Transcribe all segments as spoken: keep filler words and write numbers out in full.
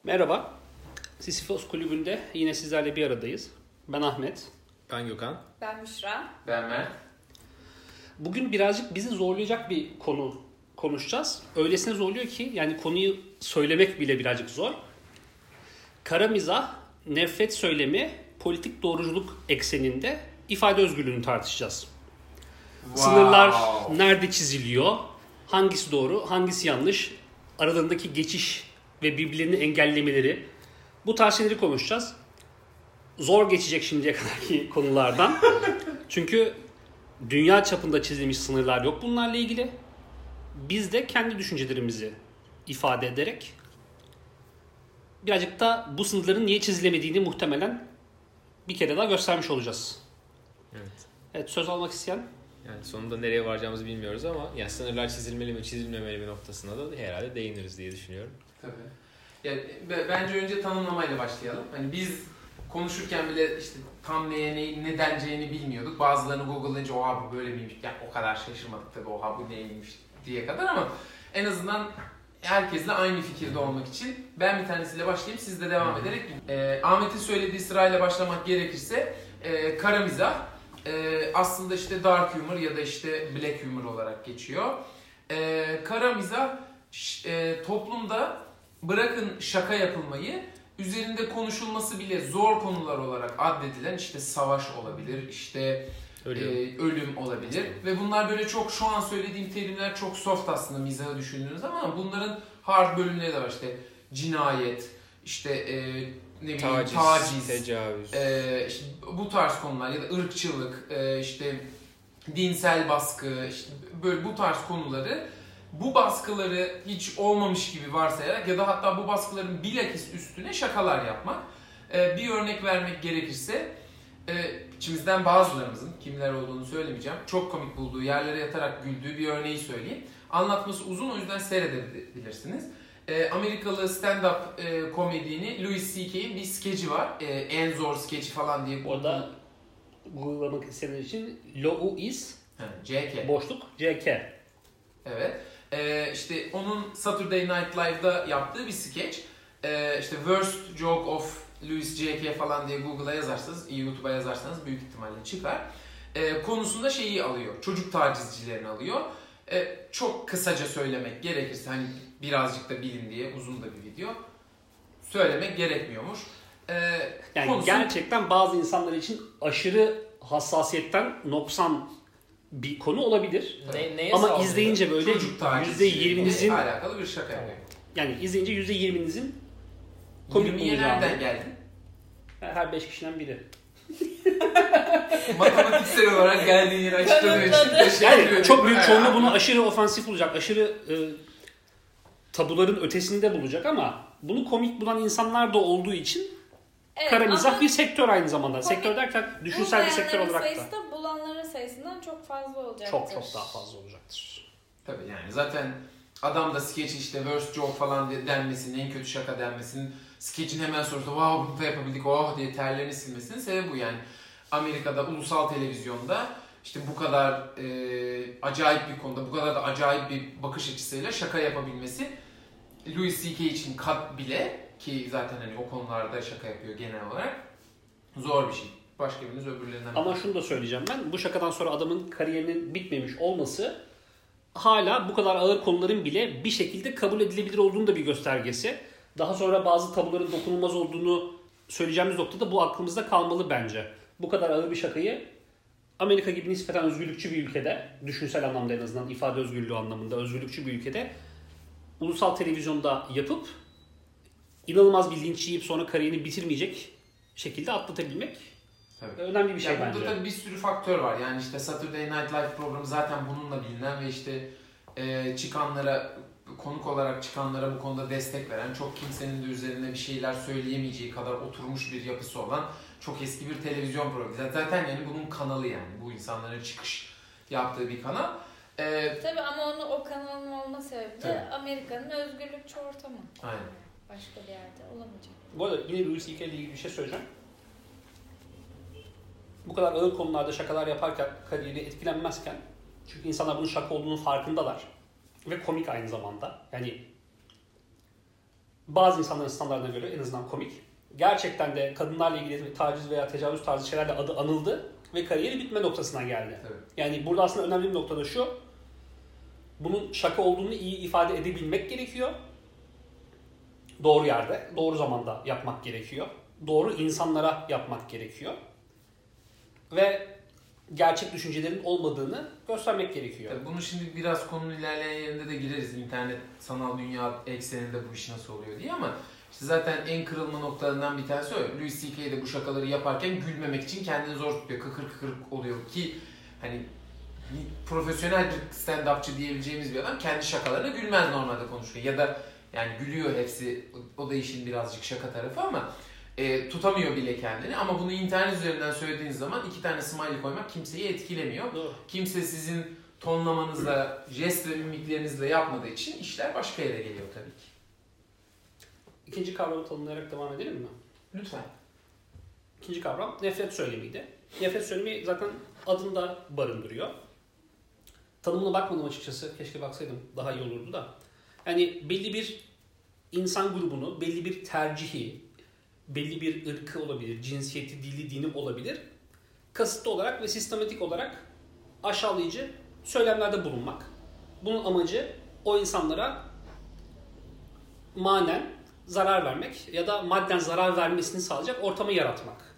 Merhaba, Sisyphos Kulübü'nde yine sizlerle bir aradayız. Ben Ahmet. Ben Gökhan. Ben Müşra. Ben Mert. Bugün birazcık bizi zorlayacak bir konu konuşacağız. Öylesine zorluyor ki yani konuyu söylemek bile birazcık zor. Kara mizah, nefret söylemi, politik doğruculuk ekseninde ifade özgürlüğünü tartışacağız. Wow. Sınırlar nerede çiziliyor? Hangisi doğru, hangisi yanlış? Aralarındaki geçiş ve birbirlerini engellemeleri. Bu tarz şeyleri konuşacağız. Zor geçecek şimdiye kadarki konulardan. Çünkü dünya çapında çizilmiş sınırlar yok bunlarla ilgili. Biz de kendi düşüncelerimizi ifade ederek birazcık da bu sınırların niye çizilemediğini muhtemelen bir kere daha göstermiş olacağız. Evet. Evet, söz almak isteyen? Yani sonunda nereye varacağımızı bilmiyoruz ama yani sınırlar çizilmeli mi çizilmemeli mi noktasına da herhalde değiniriz diye düşünüyorum. Tabii. Yani bence önce tanımlamayla başlayalım. Hani biz konuşurken bile işte tam neye ne, ne deneceğini bilmiyorduk. Bazılarını Google'layınca oha bu böyle miymiş? Yani o kadar şaşırmadık tabii oha bu neymiş diye kadar ama en azından herkesle aynı fikirde olmak için ben bir tanesiyle başlayayım, siz de devam ederek. E, Ahmet'in söylediği sırayla başlamak gerekirse e, kara mizah e, aslında işte dark humor ya da işte black humor olarak geçiyor. E, kara mizah e, toplumda bırakın şaka yapılmayı, üzerinde konuşulması bile zor konular olarak addedilen işte savaş olabilir, işte ölüm, e, ölüm olabilir. Ve bunlar böyle çok şu an söylediğim terimler çok soft aslında mizahı düşündüğünüz ama bunların hard bölümleri de var. İşte cinayet, işte e, ne bileyim taciz, taciz tecavüz. E, işte bu tarz konular ya da ırkçılık, e, işte dinsel baskı, işte böyle bu tarz konuları bu baskıları hiç olmamış gibi varsayarak ya da hatta bu baskıların bilakis üstüne şakalar yapmak. Ee, bir örnek vermek gerekirse e, içimizden bazılarımızın, kimler olduğunu söylemeyeceğim, çok komik bulduğu, yerlere yatarak güldüğü bir örneği söyleyeyim. Anlatması uzun, o yüzden seyredebilirsiniz. Ee, Amerikalı stand-up e, komedyeni Louis C K'in bir skeci var. E, en zor skeci falan diye. Orada Google'lamak isteyenler için Louis C K. boşluk C K. Evet. Ee, işte onun Saturday Night Live'da yaptığı bir skeç. Ee, işte worst joke of Louis C K falan diye Google'a yazarsanız, YouTube'a yazarsanız büyük ihtimalle çıkar. Ee, konusunda şeyi alıyor, çocuk tacizcilerini alıyor. Ee, çok kısaca söylemek gerekirse, hani birazcık da bilin diye uzun da bir video, söylemek gerekmiyormuş. Ee, yani konusu... gerçekten bazı insanlar için aşırı hassasiyetten noksan bir konu olabilir. Ne, neye ama sağlıyor? izleyince böyle yüzde yirminizin alakalı bir şaka yapıyor. Yani izleyince yüzde yirminizin komik yirmiye nereden geldin? Her beş kişiden biri. Matematiksel olarak geldiğin yeri açıklamıyor. Yani çok büyük çoğunluğu bunu aşırı ofansif bulacak, aşırı e, tabuların ötesinde bulacak ama bunu komik bulan insanlar da olduğu için evet, kara mizah bir sektör aynı zamanda. Komik, sektör derken düşünsel bir sektör olarak da. sayısı da bulanların sayısından çok fazla olacaktır. Çok çok daha fazla olacaktır. Tabii yani zaten adam da skeç işte worst joke falan denmesinin, en kötü şaka denmesinin, skeçin hemen sonrasında wow bunu da yapabildik oh diye terlerini silmesinin sebebi bu yani. Amerika'da ulusal televizyonda işte bu kadar e, acayip bir konuda, bu kadar da acayip bir bakış açısıyla şaka yapabilmesi Louis C K için kat bile, ki zaten hani o konularda şaka yapıyor genel olarak, zor bir şey. Başka biriniz öbürlerinden... Ama şunu da söyleyeceğim ben, bu şakadan sonra adamın kariyerinin bitmemiş olması hala bu kadar ağır konuların bile bir şekilde kabul edilebilir olduğunu da bir göstergesi. Daha sonra bazı tabuların dokunulmaz olduğunu söyleyeceğimiz noktada bu aklımızda kalmalı bence. Bu kadar ağır bir şakayı Amerika gibi nispeten özgürlükçü bir ülkede, düşünsel anlamda en azından ifade özgürlüğü anlamında özgürlükçü bir ülkede ulusal televizyonda yapıp inanılmaz bir linç yiyip sonra kariyerini bitirmeyecek şekilde atlatabilmek tabii önemli bir şey yani bence. Burada tabii bir sürü faktör var. Yani işte Saturday Night Live programı zaten bununla bilinen ve işte e, çıkanlara, konuk olarak çıkanlara bu konuda destek veren, çok kimsenin de üzerine bir şeyler söyleyemeyeceği kadar oturmuş bir yapısı olan çok eski bir televizyon programı. Zaten yani bunun kanalı, yani bu insanların çıkış yaptığı bir kanal. Ee, Tabii ama onu o kanalın olma sebebi tabii. de Amerika'nın özgürlükçü ortamı. Aynen. Başka bir yerde olamayacak. Bu arada yine Louis C K ile ilgili bir şey söyleyeceğim. Bu kadar ağır konularda şakalar yaparken kariyeri etkilenmezken, çünkü insanlar bunun şaka olduğunun farkındalar ve komik aynı zamanda. Yani bazı insanların standartlarına göre en azından komik. Gerçekten de kadınlarla ilgili taciz veya tecavüz tarzı şeylerle adı anıldı ve kariyeri bitme noktasına geldi. Evet. Yani burada aslında önemli bir noktada şu, bunun şaka olduğunu iyi ifade edebilmek gerekiyor. Doğru yerde, doğru zamanda yapmak gerekiyor. Doğru insanlara yapmak gerekiyor. Ve gerçek düşüncelerin olmadığını göstermek gerekiyor. Tabii bunu şimdi biraz konunun ilerleyen yerinde de gireriz. İnternet, sanal dünya ekseninde bu iş nasıl oluyor diye, ama işte zaten en kırılma noktalarından bir tanesi o. Louis C K de bu şakaları yaparken gülmemek için kendini zor tutuyor. Kıkır kıkır oluyor ki hani profesyonel bir stand-upçı diyebileceğimiz bir adam kendi şakalarına gülmez normalde konuşuyor. Ya da yani gülüyor hepsi, o da işin birazcık şaka tarafı, ama e, tutamıyor bile kendini. Ama bunu internet üzerinden söylediğiniz zaman iki tane smiley koymak kimseyi etkilemiyor. Doğru. Kimse sizin tonlamanızla, jest ve mimiklerinizle yapmadığı için işler başka yere geliyor tabii ki. İkinci kavramı tanımlayarak devam edelim mi? Lütfen. İkinci kavram nefret söylemiydi. Nefret söylemi zaten adında barındırıyor. Tanımına bakmadım açıkçası. Keşke baksaydım. Daha iyi olurdu da. Yani belli bir insan grubunu, belli bir tercihi, belli bir ırkı olabilir, cinsiyeti, dili, dini olabilir. Kasıtlı olarak ve sistematik olarak aşağılayıcı söylemlerde bulunmak. Bunun amacı o insanlara manen zarar vermek ya da madden zarar vermesini sağlayacak ortamı yaratmak.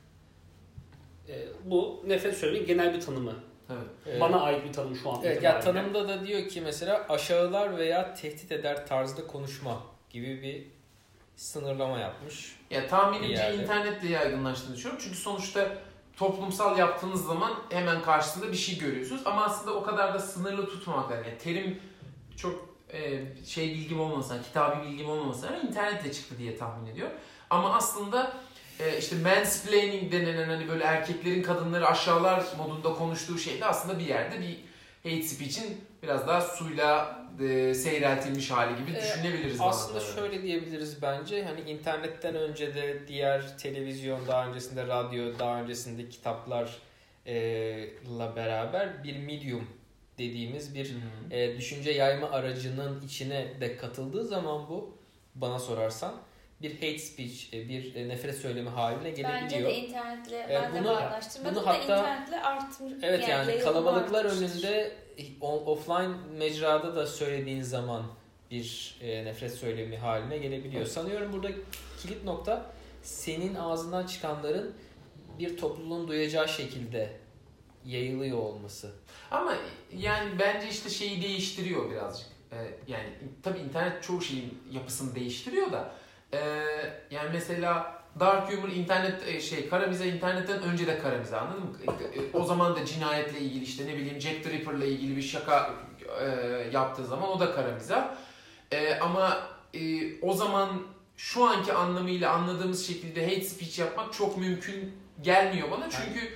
E, bu nefret söylemenin genel bir tanımı. Evet. Bana ait bir tanım şu an. Evet, ya tanımda da diyor ki mesela aşağılar veya tehdit eder tarzda konuşma gibi bir sınırlama yapmış. Ya tahminimce internetle yaygınlaştığını düşünüyorum. Çünkü sonuçta toplumsal yaptığınız zaman hemen karşısında bir şey görüyorsunuz. Ama aslında o kadar da sınırlı tutmamak lazım. Yani terim çok e, şey bilgim olmasa, kitabi bilgim olmasa ama internetle çıktı diye tahmin ediyorum. Ama aslında e, işte mansplaining denilen hani böyle erkeklerin kadınları aşağılar modunda konuştuğu şey de aslında bir yerde bir hate speech'in biraz daha suyla e, seyreltilmiş hali gibi düşünebiliriz. Ee, aslında bana. şöyle diyebiliriz bence. Hani internetten önce de diğer televizyon, daha öncesinde radyo, daha öncesinde kitaplarla beraber bir medium dediğimiz bir e, düşünce yayma aracının içine de katıldığı zaman bu, bana sorarsan, bir hate speech, bir nefret söylemi haline gelebiliyor. Bence de internetle, E, ben bunu, de bağdaştırmadım bunu da hatta, internetle artmış. evet yani, yani kalabalıklar artmıştır. önünde offline mecrada da söylediğin zaman bir e, nefret söylemi haline gelebiliyor. Sanıyorum burada kilit nokta senin ağzından çıkanların bir topluluğun duyacağı şekilde yayılıyor olması. Ama yani bence işte şeyi değiştiriyor birazcık. Ee, yani tabii internet çoğu şeyin yapısını değiştiriyor da e, yani mesela dark humor internet şey kara mizah internetten önce de kara mizah, anladın mı? O zaman da cinayetle ilgili işte ne bileyim Jack the Ripper'la ilgili bir şaka e, yaptığı zaman o da kara mizah. E, ama e, o zaman şu anki anlamıyla anladığımız şekilde hate speech yapmak çok mümkün gelmiyor bana. Çünkü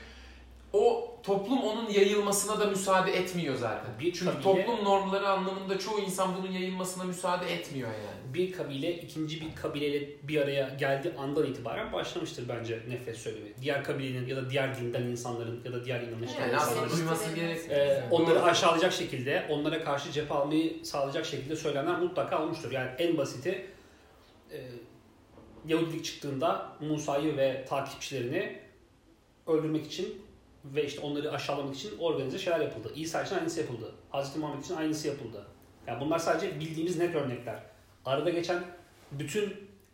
o toplum onun yayılmasına da müsaade etmiyor zaten. Bir Çünkü kabile, toplum normları anlamında çoğu insan bunun yayılmasına müsaade etmiyor yani. bir kabile ikinci bir kabileyle bir araya geldiği andan itibaren başlamıştır bence nefret söylemi. Diğer kabilenin ya da diğer dinden insanların ya da diğer inanışlı Yani insanların aslında duyması gerek. e, onları aşağılayacak şekilde, onlara karşı cephe almayı sağlayacak şekilde söylemler mutlaka olmuştur. Yani en basiti e, Yahudilik çıktığında Musa'yı ve takipçilerini öldürmek için ve işte onları aşağılamak için organize şeyler yapıldı. İsa için aynısı yapıldı. Hazreti Muhammed için aynısı yapıldı. Yani bunlar sadece bildiğimiz net örnekler. Arada geçen bütün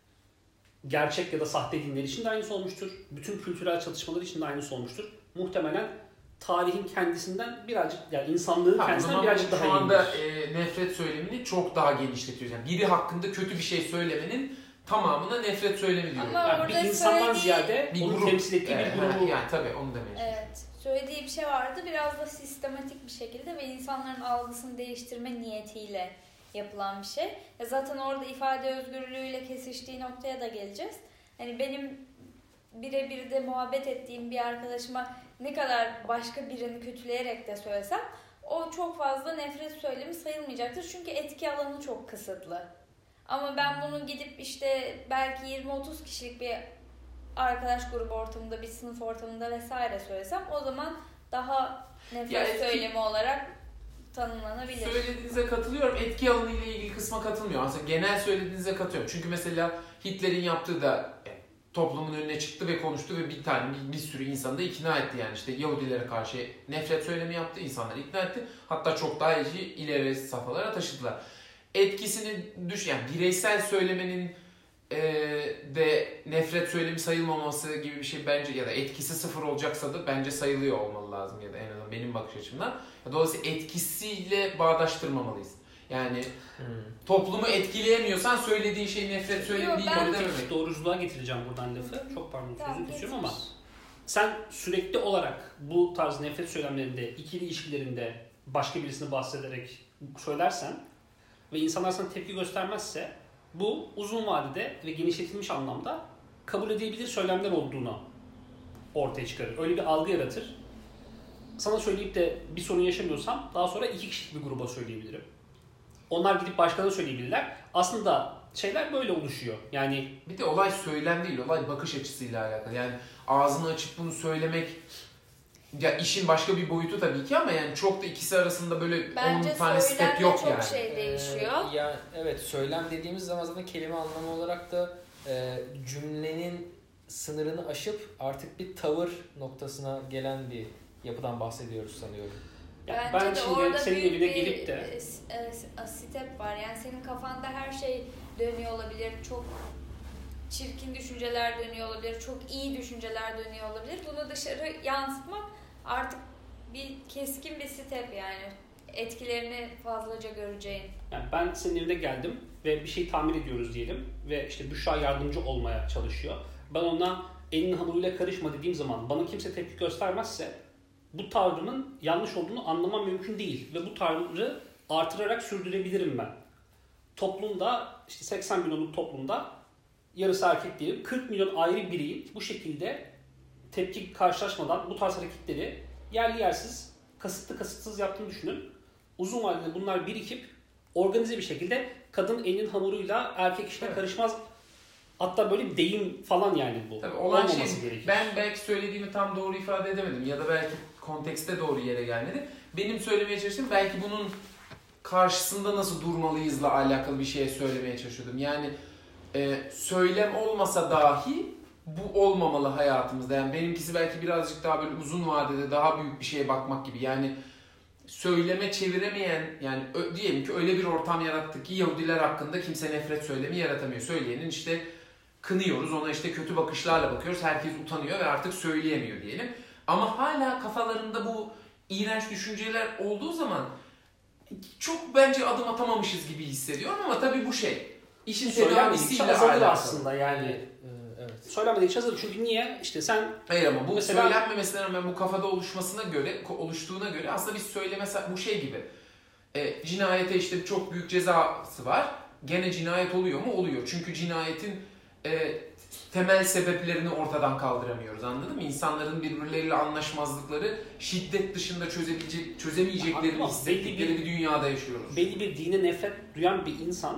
gerçek ya da sahte dinler için de aynısı olmuştur. Bütün kültürel çatışmalar için de aynısı olmuştur. Muhtemelen tarihin kendisinden birazcık, yani insanlığın Ha, kendisinden birazcık daha şu anda iyidir. e, nefret söylemini çok daha genişletiyoruz. Yani biri hakkında kötü bir şey söylemenin tamamına nefret söylemi diyoruz. Ama Yani bir orada insandan söylediği- ziyade Bir onun grup, temsil ettiği e, bir grubu. yani tabii onu demeye çalışıyorum. Evet. Söylediği bir şey vardı. Biraz da sistematik bir şekilde ve insanların algısını değiştirme niyetiyle yapılan bir şey. E zaten orada ifade özgürlüğüyle kesiştiği noktaya da geleceğiz. Hani benim birebir de muhabbet ettiğim bir arkadaşıma ne kadar başka birini kötüleyerek de söylesem o çok fazla nefret söylemi sayılmayacaktır. Çünkü etki alanı çok kısıtlı. Ama ben bunu gidip işte belki yirmi otuz kişilik bir arkadaş grubu ortamında, bir sınıf ortamında vesaire söylesem o zaman daha nefret Ya etki- söylemi olarak tanımlanabilir. Söylediğinize katılıyorum. Etki alanı ile ilgili kısma katılmıyorum. Aslında genel söylediğinize katılıyorum. Çünkü mesela Hitler'in yaptığı da toplumun önüne çıktı ve konuştu ve bir tane bir, bir sürü insanı da ikna etti. Yani işte Yahudilere karşı nefret söylemi yaptı, insanları ikna etti. Hatta çok daha iyi ileri safhalara taşıdılar. Etkisini düş yani bireysel söylemenin e, de nefret söylemi sayılmaması gibi bir şey bence, ya da etkisi sıfır olacaksa da bence sayılıyor olmalı lazım, ya da en azından benim bakış açımdan. Dolayısıyla etkisiyle bağdaştırmamalıyız. Yani hmm. toplumu etkileyemiyorsan söylediğin şey nefret söylemi değil. Politik doğruculuğa getireceğim buradan lafı. Çok pardon sözünü kesiyorum ama sen sürekli olarak bu tarz nefret söylemlerinde, ikili ilişkilerinde başka birisini bahsederek söylersen ve insanlar sana tepki göstermezse bu uzun vadede ve genişletilmiş anlamda kabul edilebilir söylemler olduğunu ortaya çıkarır. Öyle bir algı yaratır. Sana söyleyip de bir sorun yaşamıyorsam daha sonra iki kişilik bir gruba söyleyebilirim. Onlar gidip başkalarına söyleyebilirler. Aslında şeyler böyle oluşuyor. Yani bir de olay söylem değil, olay bakış açısıyla alakalı. Yani ağzını açıp bunu söylemek, ya işin başka bir boyutu tabii ki, ama yani çok da ikisi arasında böyle on tane step yok çok yani. Bence şey değişiyor. Ee, ya evet, söylem dediğimiz zaman zaten kelime anlamı olarak da e, cümlenin sınırını aşıp artık bir tavır noktasına gelen bir yapıdan bahsediyoruz sanıyorum. Bence ben de şimdi orada senin büyük evine bir gelip de e, step var. Yani senin kafanda her şey dönüyor olabilir. Çok çirkin düşünceler dönüyor olabilir. Çok iyi düşünceler dönüyor olabilir. Bunu dışarı yansıtmak artık bir keskin bir step yani. Etkilerini fazlaca göreceğin. Yani ben senin evine geldim ve bir şey tamir ediyoruz diyelim ve işte Büşra yardımcı olmaya çalışıyor. Ben ona elinin hamuruyla karışma dediğim zaman bana kimse tepki göstermezse bu tavrımın yanlış olduğunu anlamam mümkün değil ve bu tavrı artırarak sürdürebilirim ben. Toplumda işte seksen milyonluk toplumda yarısı erkek diyelim, kırk milyon ayrı bireyin bu şekilde tepki karşılaşmadan bu tarz hareketleri yerli yersiz, kasıtlı kasıtsız yaptığını düşünün. Uzun vadede bunlar birikip organize bir şekilde kadın elinin hamuruyla erkek işine evet. karışmaz. Hatta böyle bir deyim falan yani bu. Tabii olan şey, ben belki söylediğimi tam doğru ifade edemedim ya da belki kontekste doğru yere gelmedi. Benim söylemeye çalıştığım belki bunun karşısında nasıl durmalıyızla alakalı bir şey söylemeye çalışıyordum. Yani e, söylem olmasa dahi bu olmamalı hayatımızda. Yani benimkisi belki birazcık daha böyle uzun vadede daha büyük bir şeye bakmak gibi. Yani söyleme çeviremeyen, yani ö, diyelim ki öyle bir ortam yarattık ki Yahudiler hakkında kimse nefret söylemi yaratamıyor. Söyleyenin işte kınıyoruz, ona işte kötü bakışlarla bakıyoruz, herkes utanıyor ve artık söyleyemiyor diyelim. Ama hala kafalarında bu iğrenç düşünceler olduğu zaman çok bence adım atamamışız gibi hissediyorum, ama tabii bu şey işin tedavisiyle alakalı aslında yani. Evet. Söylenmedikçe azalır. Çünkü niye? İşte sen... Hayır ama bu mesela... söylenmemesine rağmen bu kafada oluşmasına göre, oluştuğuna göre aslında biz söyleme, bu şey gibi. E, cinayete işte çok büyük cezası var. Gene cinayet oluyor mu? Oluyor. Çünkü cinayetin e, temel sebeplerini ortadan kaldıramıyoruz. Anladın mı? İnsanların birbirleriyle anlaşmazlıkları şiddet dışında çözebilecek, çözemeyeceklerini hissettikleri bir, bir dünyada yaşıyoruz. Belli bir dine nefret duyan bir insan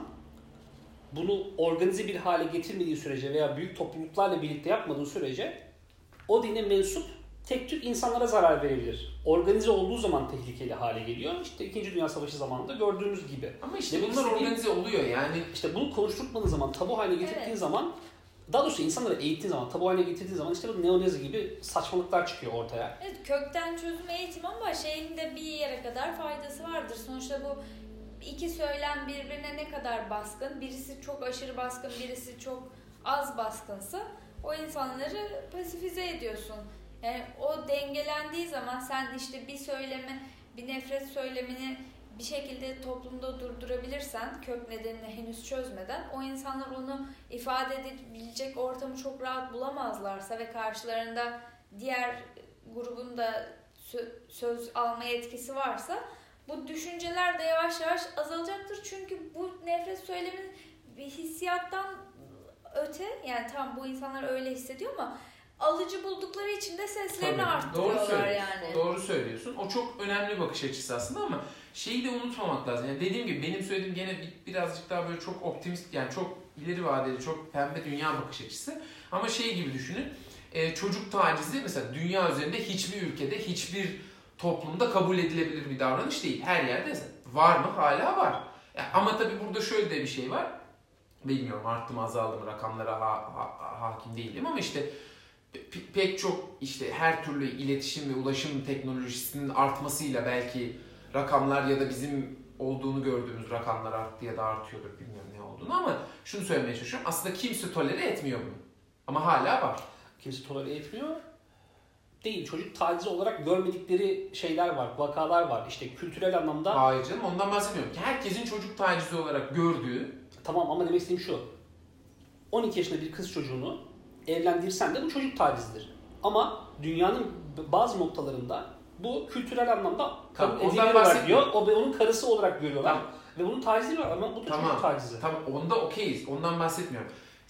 bunu organize bir hale getirmediği sürece veya büyük topluluklarla birlikte yapmadığı sürece o dine mensup tek tük insanlara zarar verebilir. Organize olduğu zaman tehlikeli hale geliyor. İşte İkinci Dünya Savaşı zamanında gördüğümüz gibi. Ama işte Demek bunlar organize oluyor yani. İşte bunu konuşturtmadığın zaman, tabu haline getirdiğin evet. zaman, daha doğrusu insanları eğittiğin zaman, tabu haline getirdiğin zaman işte bu neonazi gibi saçmalıklar çıkıyor ortaya. Evet, kökten çözüm eğitim ama şeyin de bir yere kadar faydası vardır. Sonuçta bu İki söylem birbirine ne kadar baskın, birisi çok aşırı baskın, birisi çok az baskınsa o insanları pasifize ediyorsun. Yani o dengelendiği zaman sen işte bir söylemi, bir nefret söylemini bir şekilde toplumda durdurabilirsen, kök nedenini henüz çözmeden, o insanlar onu ifade edebilecek ortamı çok rahat bulamazlarsa ve karşılarında diğer grubun da söz alma yetkisi varsa, bu düşünceler de yavaş yavaş azalacaktır. Çünkü bu nefret söyleminin bir hissiyattan öte, yani tam bu insanlar öyle hissediyor ama alıcı buldukları için de seslerini Tabii, arttırıyorlar doğru yani. Doğru söylüyorsun. O çok önemli bakış açısı aslında, ama şeyi de unutmamak lazım. Yani dediğim gibi benim söylediğim gene birazcık daha böyle çok optimist, yani çok ileri vadeli, çok pembe dünya bakış açısı. Ama şey gibi düşünün. Çocuk tacizi mesela dünya üzerinde hiçbir ülkede, hiçbir toplumda kabul edilebilir bir davranış değil. Her yerde var mı? Hala var. Yani ama tabii burada şöyle de bir şey var. Bilmiyorum arttı mı azaldı mı rakamlara ha, ha, hakim değilim ama işte pe- pek çok işte her türlü iletişim ve ulaşım teknolojisinin artmasıyla belki rakamlar ya da bizim olduğunu gördüğümüz rakamlar arttı ya da artıyordur bilmiyorum ne olduğunu ama şunu söylemeye çalışıyorum. Aslında kimse tolere etmiyor bunu. Ama hala var. Kimse tolere etmiyor. Değil. Çocuk tacizi olarak görmedikleri şeyler var, vakalar var. İşte kültürel anlamda... Hayır canım ondan bahsetmiyorum. Herkesin çocuk tacizi olarak gördüğü... Tamam ama demek istediğim şu. on iki yaşında bir kız çocuğunu evlendirsen de bu çocuk tacizidir. Ama dünyanın bazı noktalarında bu kültürel anlamda kabul ediliyorlar diyor. O onun karısı olarak görüyorlar. Tamam. Ve bunun tacizi var ama bu da tamam. çocuk tacizi. Tamam onda okeyiz. Ondan bahsetmiyorum.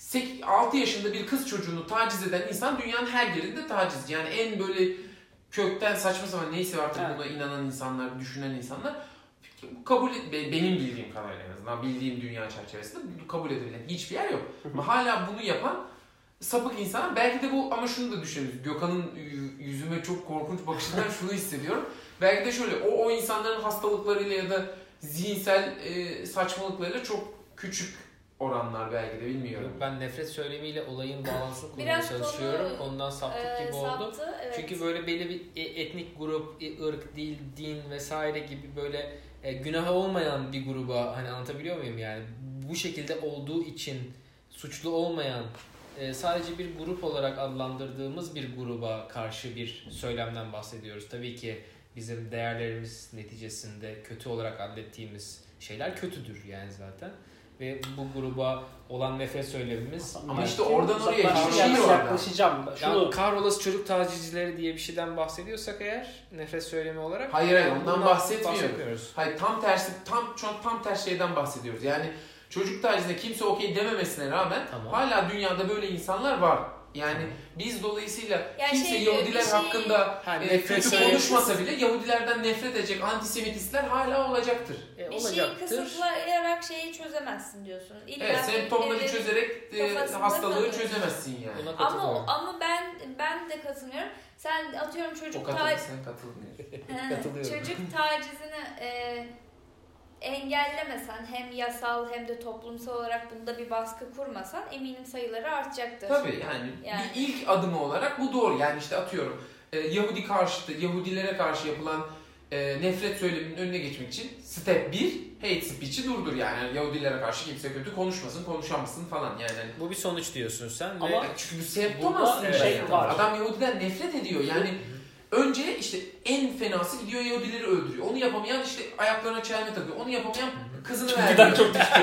altı yaşında bir kız çocuğunu taciz eden insan dünyanın her yerinde taciz. Yani en böyle kökten saçma sapan neyse artık evet. Buna inanan insanlar, düşünen insanlar kabul et, benim bildiğim kadarıyla en azından bildiğim dünya çerçevesinde kabul edilen hiçbir yer yok. Ama hala bunu yapan sapık insan belki de bu ama şunu da düşünüyoruz. Gökhan'ın yüzüme çok korkunç bakışından şunu hissediyorum. Belki de şöyle o o insanların hastalıklarıyla ya da zihinsel e, saçmalıklarıyla çok küçük oranlar belki de bilmiyorum. Ben nefret söylemiyle olayın bağlantısını kurmaya çalışıyorum. Konu, Ondan saptık e, gibi saptı, oldu. Evet. Çünkü böyle belli bir etnik grup, ırk, dil, din vesaire gibi böyle e, günahı olmayan bir gruba hani anlatabiliyor muyum yani? Bu şekilde olduğu için suçlu olmayan e, sadece bir grup olarak adlandırdığımız bir gruba karşı bir söylemden bahsediyoruz. Tabii ki bizim değerlerimiz neticesinde kötü olarak adlettiğimiz şeyler kötüdür yani zaten. Ve bu gruba olan nefret söylemimiz... Ama işte oradan oraya geçişiyor yaklaşacağım. Şunu... Kahrolası çocuk tacizcileri diye bir şeyden bahsediyorsak eğer nefret söylemi olarak... Hayır hayır ondan bahsetmiyoruz. Hayır tam tersi tam tam ters şeyden bahsediyoruz. Yani çocuk tacizine kimse okey dememesine rağmen tamam. Hala dünyada böyle insanlar var. Yani biz dolayısıyla yani kimse şey, Yahudiler şey, hakkında e, kötü konuşmasa bile Yahudilerden nefret edecek antisemitistler hala olacaktır. E, bir şeyi kısıtlayarak şeyi çözemezsin diyorsun. İlla evet, semptomları e, çözerek e, hastalığı kalıyor. Çözemezsin yani. Ama ama ben ben de katılmıyorum. Sen atıyorum çocuk taciz sen katılmıyorsun. Çocuk tacizini e, engellemesen hem yasal hem de toplumsal olarak bunda bir baskı kurmasan eminim sayıları artacaktır. Tabii yani, yani. bir ilk adımı olarak bu doğru. Yani işte atıyorum e, Yahudi karşıtı, Yahudilere karşı yapılan e, nefret söyleminin önüne geçmek için step bir hate speech'i durdur yani. yani Yahudilere karşı kimse kötü konuşmasın, konuşamasın falan yani. Bu bir sonuç diyorsun sen. Ama ve çünkü bu semptom aslında şey yani. Var. Adam Yahudiden nefret ediyor yani. Önce işte en fenası gidiyor Yahudileri öldürüyor. Onu yapamayan işte ayaklarına çelme takıyor. Onu yapamayan kızını veriyor. Çok düştü.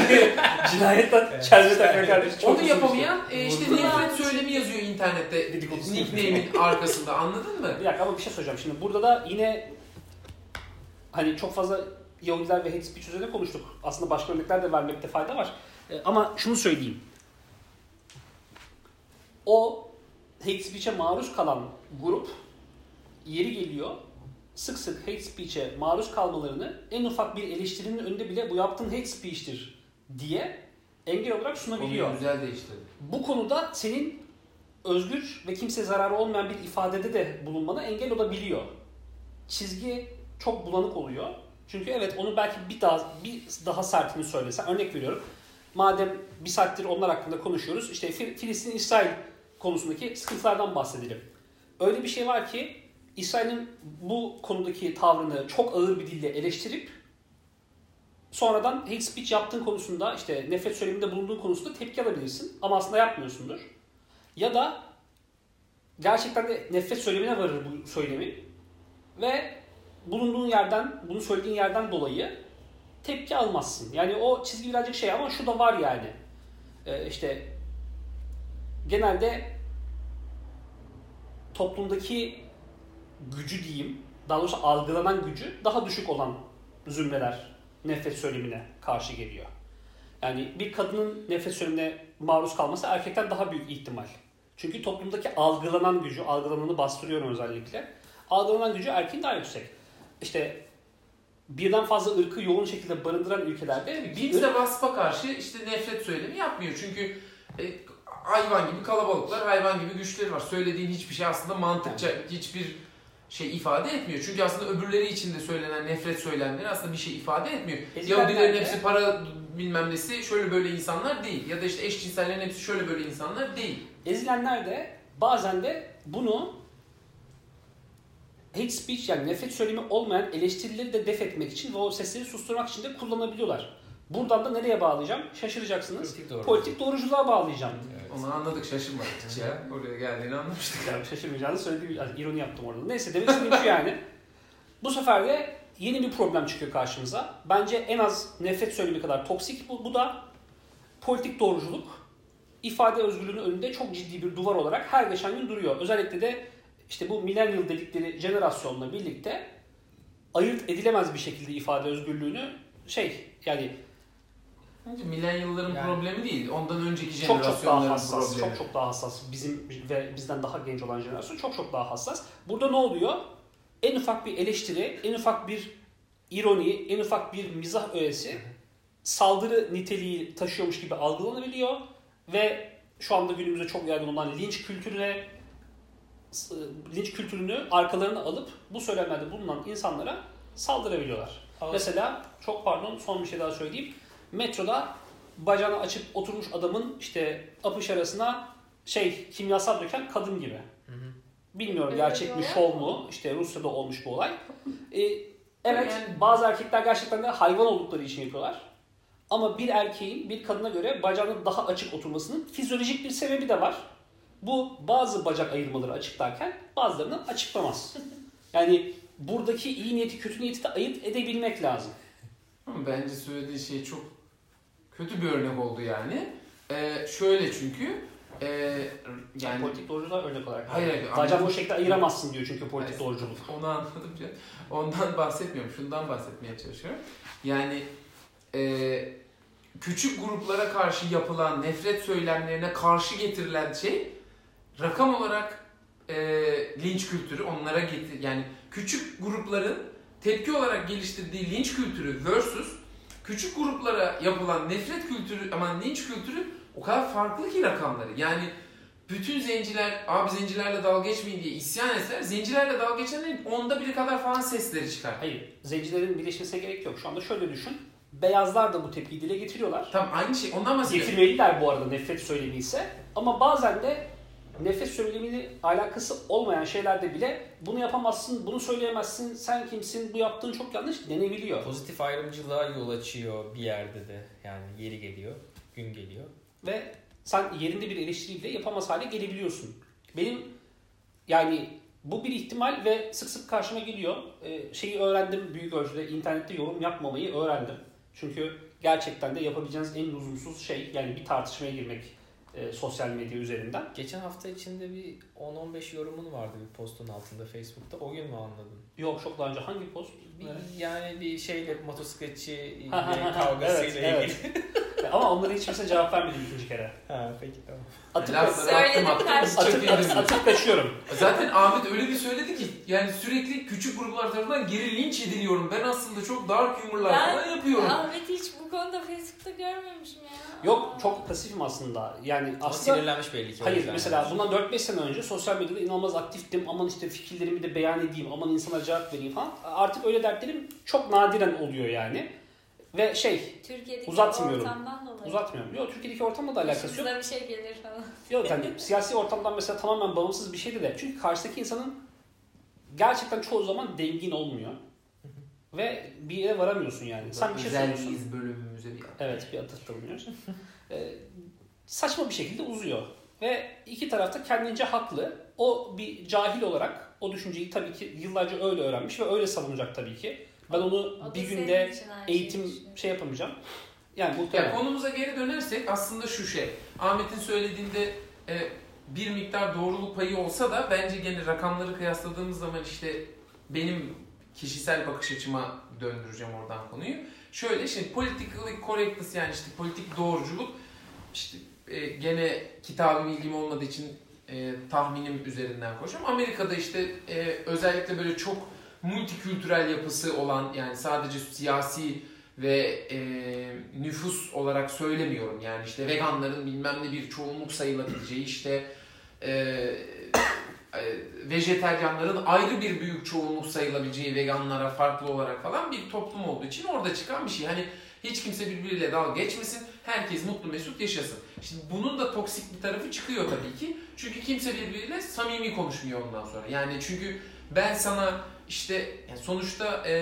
Cinayetten çelme takıyor kardeşim. Onu yapamayan e, işte nefret söylemi yazıyor internette. Nickname'in arkasında anladın mı? Bir dakika ama bir şey soracağım. Şimdi burada da yine hani çok fazla Yahudiler ve hate speech üzerine konuştuk. Aslında başka örnekler de vermekte fayda var. Ama şunu söyleyeyim. O hate speech'e maruz kalan grup yeri geliyor sık sık hate speech'e maruz kalmalarını en ufak bir eleştirinin önünde bile bu yaptığın hate speech'tir diye engel olarak sunabiliyor. Konuyu güzel değiştirdi. Bu konuda senin özgür ve kimseye zararı olmayan bir ifadede de bulunmana engel olabiliyor. Çizgi çok bulanık oluyor. Çünkü evet onu belki bir daha bir daha sertini söylesen örnek veriyorum. Madem bir saattir onlar hakkında konuşuyoruz işte Filistin-İsrail konusundaki sıkıntılardan bahsedelim. Öyle bir şey var ki İsrail'in bu konudaki tavrını çok ağır bir dille eleştirip sonradan hate speech yaptığın konusunda işte nefret söyleminde bulunduğun konusunda tepki alabilirsin ama aslında yapmıyorsundur. Ya da gerçekten de nefret söylemine varır bu söylemi ve bulunduğun yerden, bunu söylediğin yerden dolayı tepki almazsın. Yani o çizgi birazcık şey ama şu da var yani. Ee, işte genelde toplumdaki gücü diyeyim, daha doğrusu algılanan gücü daha düşük olan zümreler nefret söylemine karşı geliyor. Yani bir kadının nefret söylemine maruz kalması erkekten daha büyük ihtimal. Çünkü toplumdaki algılanan gücü, algılananı bastırıyorum özellikle. Algılanan gücü erkeğin daha yüksek. İşte birden fazla ırkı yoğun şekilde barındıran ülkelerde kimse ırk... vasfa karşı işte nefret söylemi yapmıyor. Çünkü e, hayvan gibi kalabalıklar, hayvan gibi güçleri var. Söylediğin hiçbir şey aslında mantıkça, yani. hiçbir şey ifade etmiyor. Çünkü aslında öbürleri için de söylenen nefret söylemleri aslında bir şey ifade etmiyor. Ezilenler Yahudilerin de- hepsi para bilmem nesi şöyle böyle insanlar değil. Ya da işte eşcinsellerin hepsi şöyle böyle insanlar değil. Ezilenler de bazen de bunu hate speech yani nefret söylemi olmayan eleştirileri de def etmek için ve o sesleri susturmak için de kullanabiliyorlar. Buradan da nereye bağlayacağım? Şaşıracaksınız. Politik doğru. Politik doğruculuğa bağlayacağım. Evet. Onu anladık, şaşırmadık hiç ya. Oraya geldiğini anlamıştık. Yani şaşırmayacağını söylediğim yani ironi yaptım orada. Neyse demek istediğim şu yani. Bu sefer de yeni bir problem çıkıyor karşımıza. Bence en az nefret söylemi kadar toksik bu, bu da politik doğruculuk. İfade özgürlüğünün önünde çok ciddi bir duvar olarak her geçen gün duruyor. Özellikle de işte bu millennial dedikleri jenerasyonla birlikte ayırt edilemez bir şekilde ifade özgürlüğünü şey yani Bence milenyılların Yani- problemi değil. Ondan önceki çok çok daha jenerasyonların hassas, problemi. çok çok daha hassas. Bizim ve bizden daha genç olan jenerasyon çok çok daha hassas. Burada ne oluyor? En ufak bir eleştiri, en ufak bir ironi, en ufak bir mizah öğesi saldırı niteliği taşıyormuş gibi algılanabiliyor ve şu anda günümüzde çok yaygın olan linç kültürüne linç kültürünü arkalarına alıp bu söylemlerde bulunan insanlara saldırabiliyorlar. Ama- Mesela çok pardon son bir şey daha söyleyeyim. Metroda bacağını açıp oturmuş adamın işte apış arasına şey kimyasal döken kadın gibi. Hı hı. Bilmiyorum Öyle gerçek mi diyorlar. şov mu? İşte Rusya'da olmuş bu olay. Ee, evet Yani- bazı erkekler gerçekten de hayvan oldukları için yapıyorlar. Ama bir erkeğin bir kadına göre bacağının daha açık oturmasının fizyolojik bir sebebi de var. Bu bazı bacak ayırmaları açıklarken bazılarını açıklamaz. Yani buradaki iyi niyeti kötü niyeti de ayırt edebilmek lazım. Ama bence söylediği şey çok kötü bir örnek oldu yani. Ee, şöyle çünkü e, yani Politik doğruculuğa örnek olarak. Hayır, hayır, Bacağı ama- bu şekilde ayıramazsın diyor çünkü politik Evet. doğruculuk. onu anladım canım. Ondan bahsetmiyorum. Şundan bahsetmeye çalışıyorum. Yani e, küçük gruplara karşı yapılan nefret söylemlerine karşı getirilen şey rakam olarak e, linç kültürü onlara getir yani küçük grupların tepki olarak geliştirdiği linç kültürü versus küçük gruplara yapılan nefret kültürü ama linç kültürü o kadar farklı ki rakamları. Yani bütün zenciler abi zencilerle dalga geçmeyin diye isyan etseler zencilerle dalga geçenlerin onda biri kadar falan sesleri çıkar. Hayır, zencilerin birleşmesine gerek yok. Şu anda şöyle düşün. Beyazlar da bu tepkiyi dile getiriyorlar. Tam aynı şey ondan bahsediyorum. Getirmeliler bu arada nefret söylemi ise. Ama bazen de nefret söyleminin alakası olmayan şeylerde bile bunu yapamazsın, bunu söyleyemezsin, sen kimsin, bu yaptığın çok yanlış denebiliyor. Pozitif ayrımcılığa yol açıyor bir yerde de. Yani yeri geliyor, gün geliyor. Ve sen yerinde bir eleştiri bile yapamaz hale gelebiliyorsun. Benim yani bu bir ihtimal ve sık sık karşıma geliyor. Ee, şeyi öğrendim büyük ölçüde, internette yorum yapmamayı öğrendim. Çünkü gerçekten de yapabileceğiniz en lüzumsuz şey yani bir tartışmaya girmek e, sosyal medya üzerinden. Geçen hafta içinde bir on on beş yorumun vardı bir postun altında Facebook'ta. O gün mü anladın? Yok çok daha önce hangi post? Bir, Evet. yani bir şeyle motosikletçi Ha, ha, ha, kavgasıyla evet, ilgili. Ama onlara hiç kimse cevap vermedi ikinci kere. Ha peki tamam. Atıp, Lafları attım Söyledim attım. karşı- atıp, Çok atıp, iyi atıp kaçıyorum. Zaten Ahmet öyle bir söyledi ki yani sürekli küçük gruplar tarafından geri linç ediliyorum. Ben aslında çok dark humorlar Ben falan yapıyorum. Ahmet'i hiç bu konuda Facebook'ta görmemişim ya. Yok çok pasifim aslında. Yani Ama aslında sinirlenmiş belli ki. o hayır yüzden mesela yani. bundan dört beş sene önce sosyal medyada inanılmaz aktiftim. Aman işte fikirlerimi de beyan edeyim. Aman insana cevap vereyim falan. Artık öyle dertlerim çok nadiren oluyor yani. Ve şey Türkiye'deki uzatmıyorum. ortamdan dolayı. uzatmıyorum. Yok Türkiye'deki ortamla da alakası yok. Başımıza bir şey gelir falan. Yok yani siyasi ortamdan mesela tamamen bağımsız bir şeydi de. Çünkü karşıdaki insanın gerçekten çoğu zaman dengin olmuyor. Ve bir yere varamıyorsun yani. Sen bir şey söylüyorsun. Özelliğiz bölümümüze bir Evet bir atıfta bulunuyoruz. ee, saçma bir şekilde uzuyor. Ve iki tarafta kendince haklı. O bir cahil olarak o düşünceyi tabii ki yıllarca öyle öğrenmiş ve öyle savunacak tabii ki. Ben onu O da bir senin günde için aynı şeyi eğitim düşünüyor. şey yapamayacağım. Yani Ya muhtemelen. konumuza geri dönersek aslında şu şey. Ahmet'in söylediğinde e, bir miktar doğruluk payı olsa da bence gene rakamları kıyasladığımız zaman işte benim kişisel bakış açıma döndüreceğim oradan konuyu. Şöyle şimdi politically correctness yani işte politik doğruculuk işte e, gene kitabı bilgim olmadığı için e, tahminim üzerinden konuşuyorum. Amerika'da işte e, özellikle böyle çok multikültürel yapısı olan yani sadece siyasi ve e, nüfus olarak söylemiyorum. Yani işte veganların bilmem ne bir çoğunluk sayılabileceği işte e, vejeteryanların ayrı bir büyük çoğunluk sayılabileceği, veganlara farklı olarak falan bir toplum olduğu için orada çıkan bir şey. Hani hiç kimse birbiriyle dalga geçmesin, herkes mutlu mesut yaşasın. Şimdi bunun da toksik bir tarafı çıkıyor tabii ki. Çünkü kimse birbiriyle samimi konuşmuyor ondan sonra. Yani çünkü ben sana işte yani sonuçta e,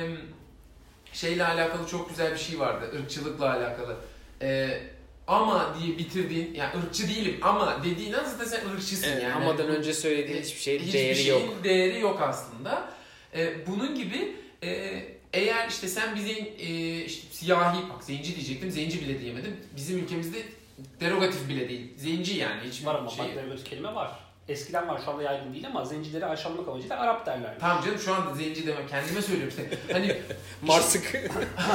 şeyle alakalı çok güzel bir şey vardı, ırkçılıkla alakalı. E, ama diye bitirdiğin, yani ırkçı değilim ama dediğin an zaten sen ırkçısın evet, yani. Amadan önce söylediğin hiçbir şeyin hiçbir değeri şeyin yok. değeri yok aslında. E, bunun gibi e, eğer işte sen bize e, işte siyahi, bak zenci diyecektim, zenci bile diyemedim. Bizim ülkemizde derogatif bile değil. Zenci yani. Hiç var ama şey... bak derogatif kelime var. Eskiden var, şu anda yaygın değil ama zencileri aşağılamak amacıyla Arap derler. Tamam canım, şu anda zenci demem, kendime söylüyorum işte. Hani Marsık.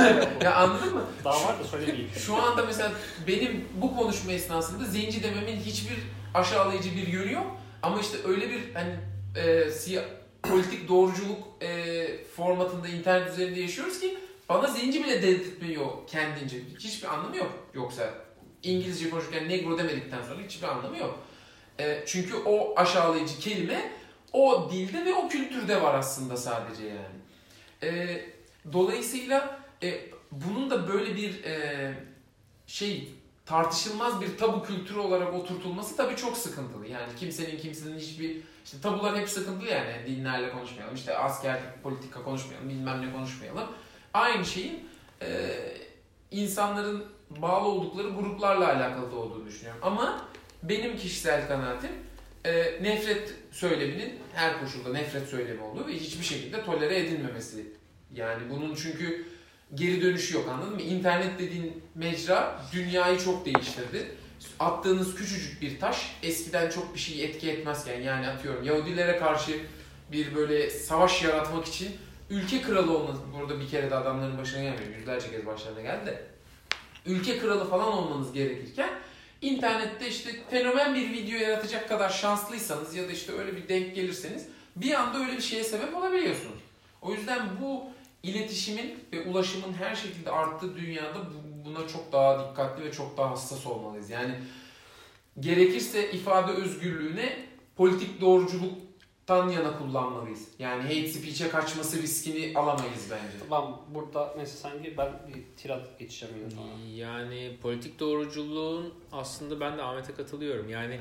ya anladın mı? Daha var da söylemeyeyim. Şu anda mesela benim bu konuşma esnasında zenci dememin hiçbir aşağılayıcı bir yönü yok. Ama işte öyle bir hani e, siyah, politik doğruculuk e, formatında internet üzerinde yaşıyoruz ki bana zenci bile dedirtmiyor kendince. Hiçbir anlamı yok. Yoksa İngilizce konuşurken negro demedikten sonra hiçbir anlamı yok. E, çünkü o aşağılayıcı kelime o dilde ve o kültürde var aslında sadece yani. E, dolayısıyla e, bunun da böyle bir e, şey tartışılmaz bir tabu kültürü olarak oturtulması tabii çok sıkıntılı. Yani kimsenin kimsenin hiçbir işte tabular hep sıkıntılı yani. Dinlerle konuşmayalım, işte asker, politika konuşmayalım, bilmem ne konuşmayalım. Aynı şeyin e, insanların bağlı oldukları gruplarla alakalı da olduğunu düşünüyorum. Ama benim kişisel kanaatim e, nefret söyleminin her koşulda nefret söylemi olduğu ve hiçbir şekilde tolere edilmemesi. Yani bunun çünkü geri dönüşü yok, anladın mı? İnternet dediğin mecra dünyayı çok değiştirdi. Attığınız küçücük bir taş eskiden çok bir şey etki etmezken, yani atıyorum Yahudilere karşı bir böyle savaş yaratmak için ülke kralı olmanız, burada bir kere de adamların başına gelmiyor, yüzlerce kez başlarına geldi de ülke kralı falan olmanız gerekirken internette işte fenomen bir video yaratacak kadar şanslıysanız ya da işte öyle bir denk gelirseniz bir anda öyle bir şeye sebep olabiliyorsunuz. O yüzden bu iletişimin ve ulaşımın her şekilde arttığı dünyada buna çok daha dikkatli ve çok daha hassas olmalıyız. Yani gerekirse ifade özgürlüğüne politik doğruculuktan yana kullanmalıyız. Yani hate speech'e kaçması riskini alamayız bence. Tamam, burada mesela sanki ben bir tirat geçeceğim yine sonra. Yani politik doğruculuğun aslında ben de Ahmet'e katılıyorum. Yani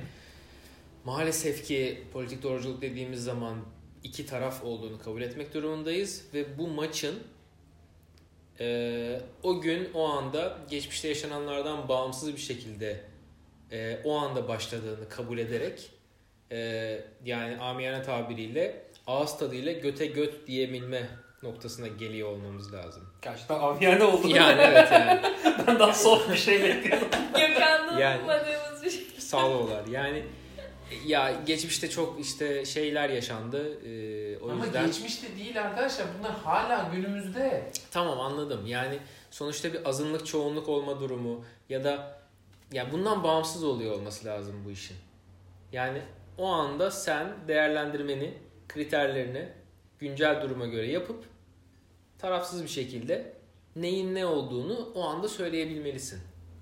maalesef ki politik doğruculuk dediğimiz zaman iki taraf olduğunu kabul etmek durumundayız ve bu maçın e, o gün o anda geçmişte yaşananlardan bağımsız bir şekilde e, o anda başladığını kabul ederek e, yani amiyane tabiriyle ağız tadıyla göte göt diyebilme noktasına geliyor olmamız lazım. Gerçekten amiyane oldu. Yani evet yani. Ben daha soft bir şey bekliyordum. Gökhan'dan Yani- ummadığımız bir şey. Sağlıyorlar. Yani ya geçmişte çok işte şeyler yaşandı. Ee, o Ama yüzden geçmişte değil arkadaşlar, bunlar hala günümüzde. tamam anladım. Yani sonuçta bir azınlık çoğunluk olma durumu ya da ya bundan bağımsız oluyor olması lazım bu işin. Yani o anda sen değerlendirmeni, kriterlerini güncel duruma göre yapıp tarafsız bir şekilde neyin ne olduğunu o anda söyleyebilmelisin.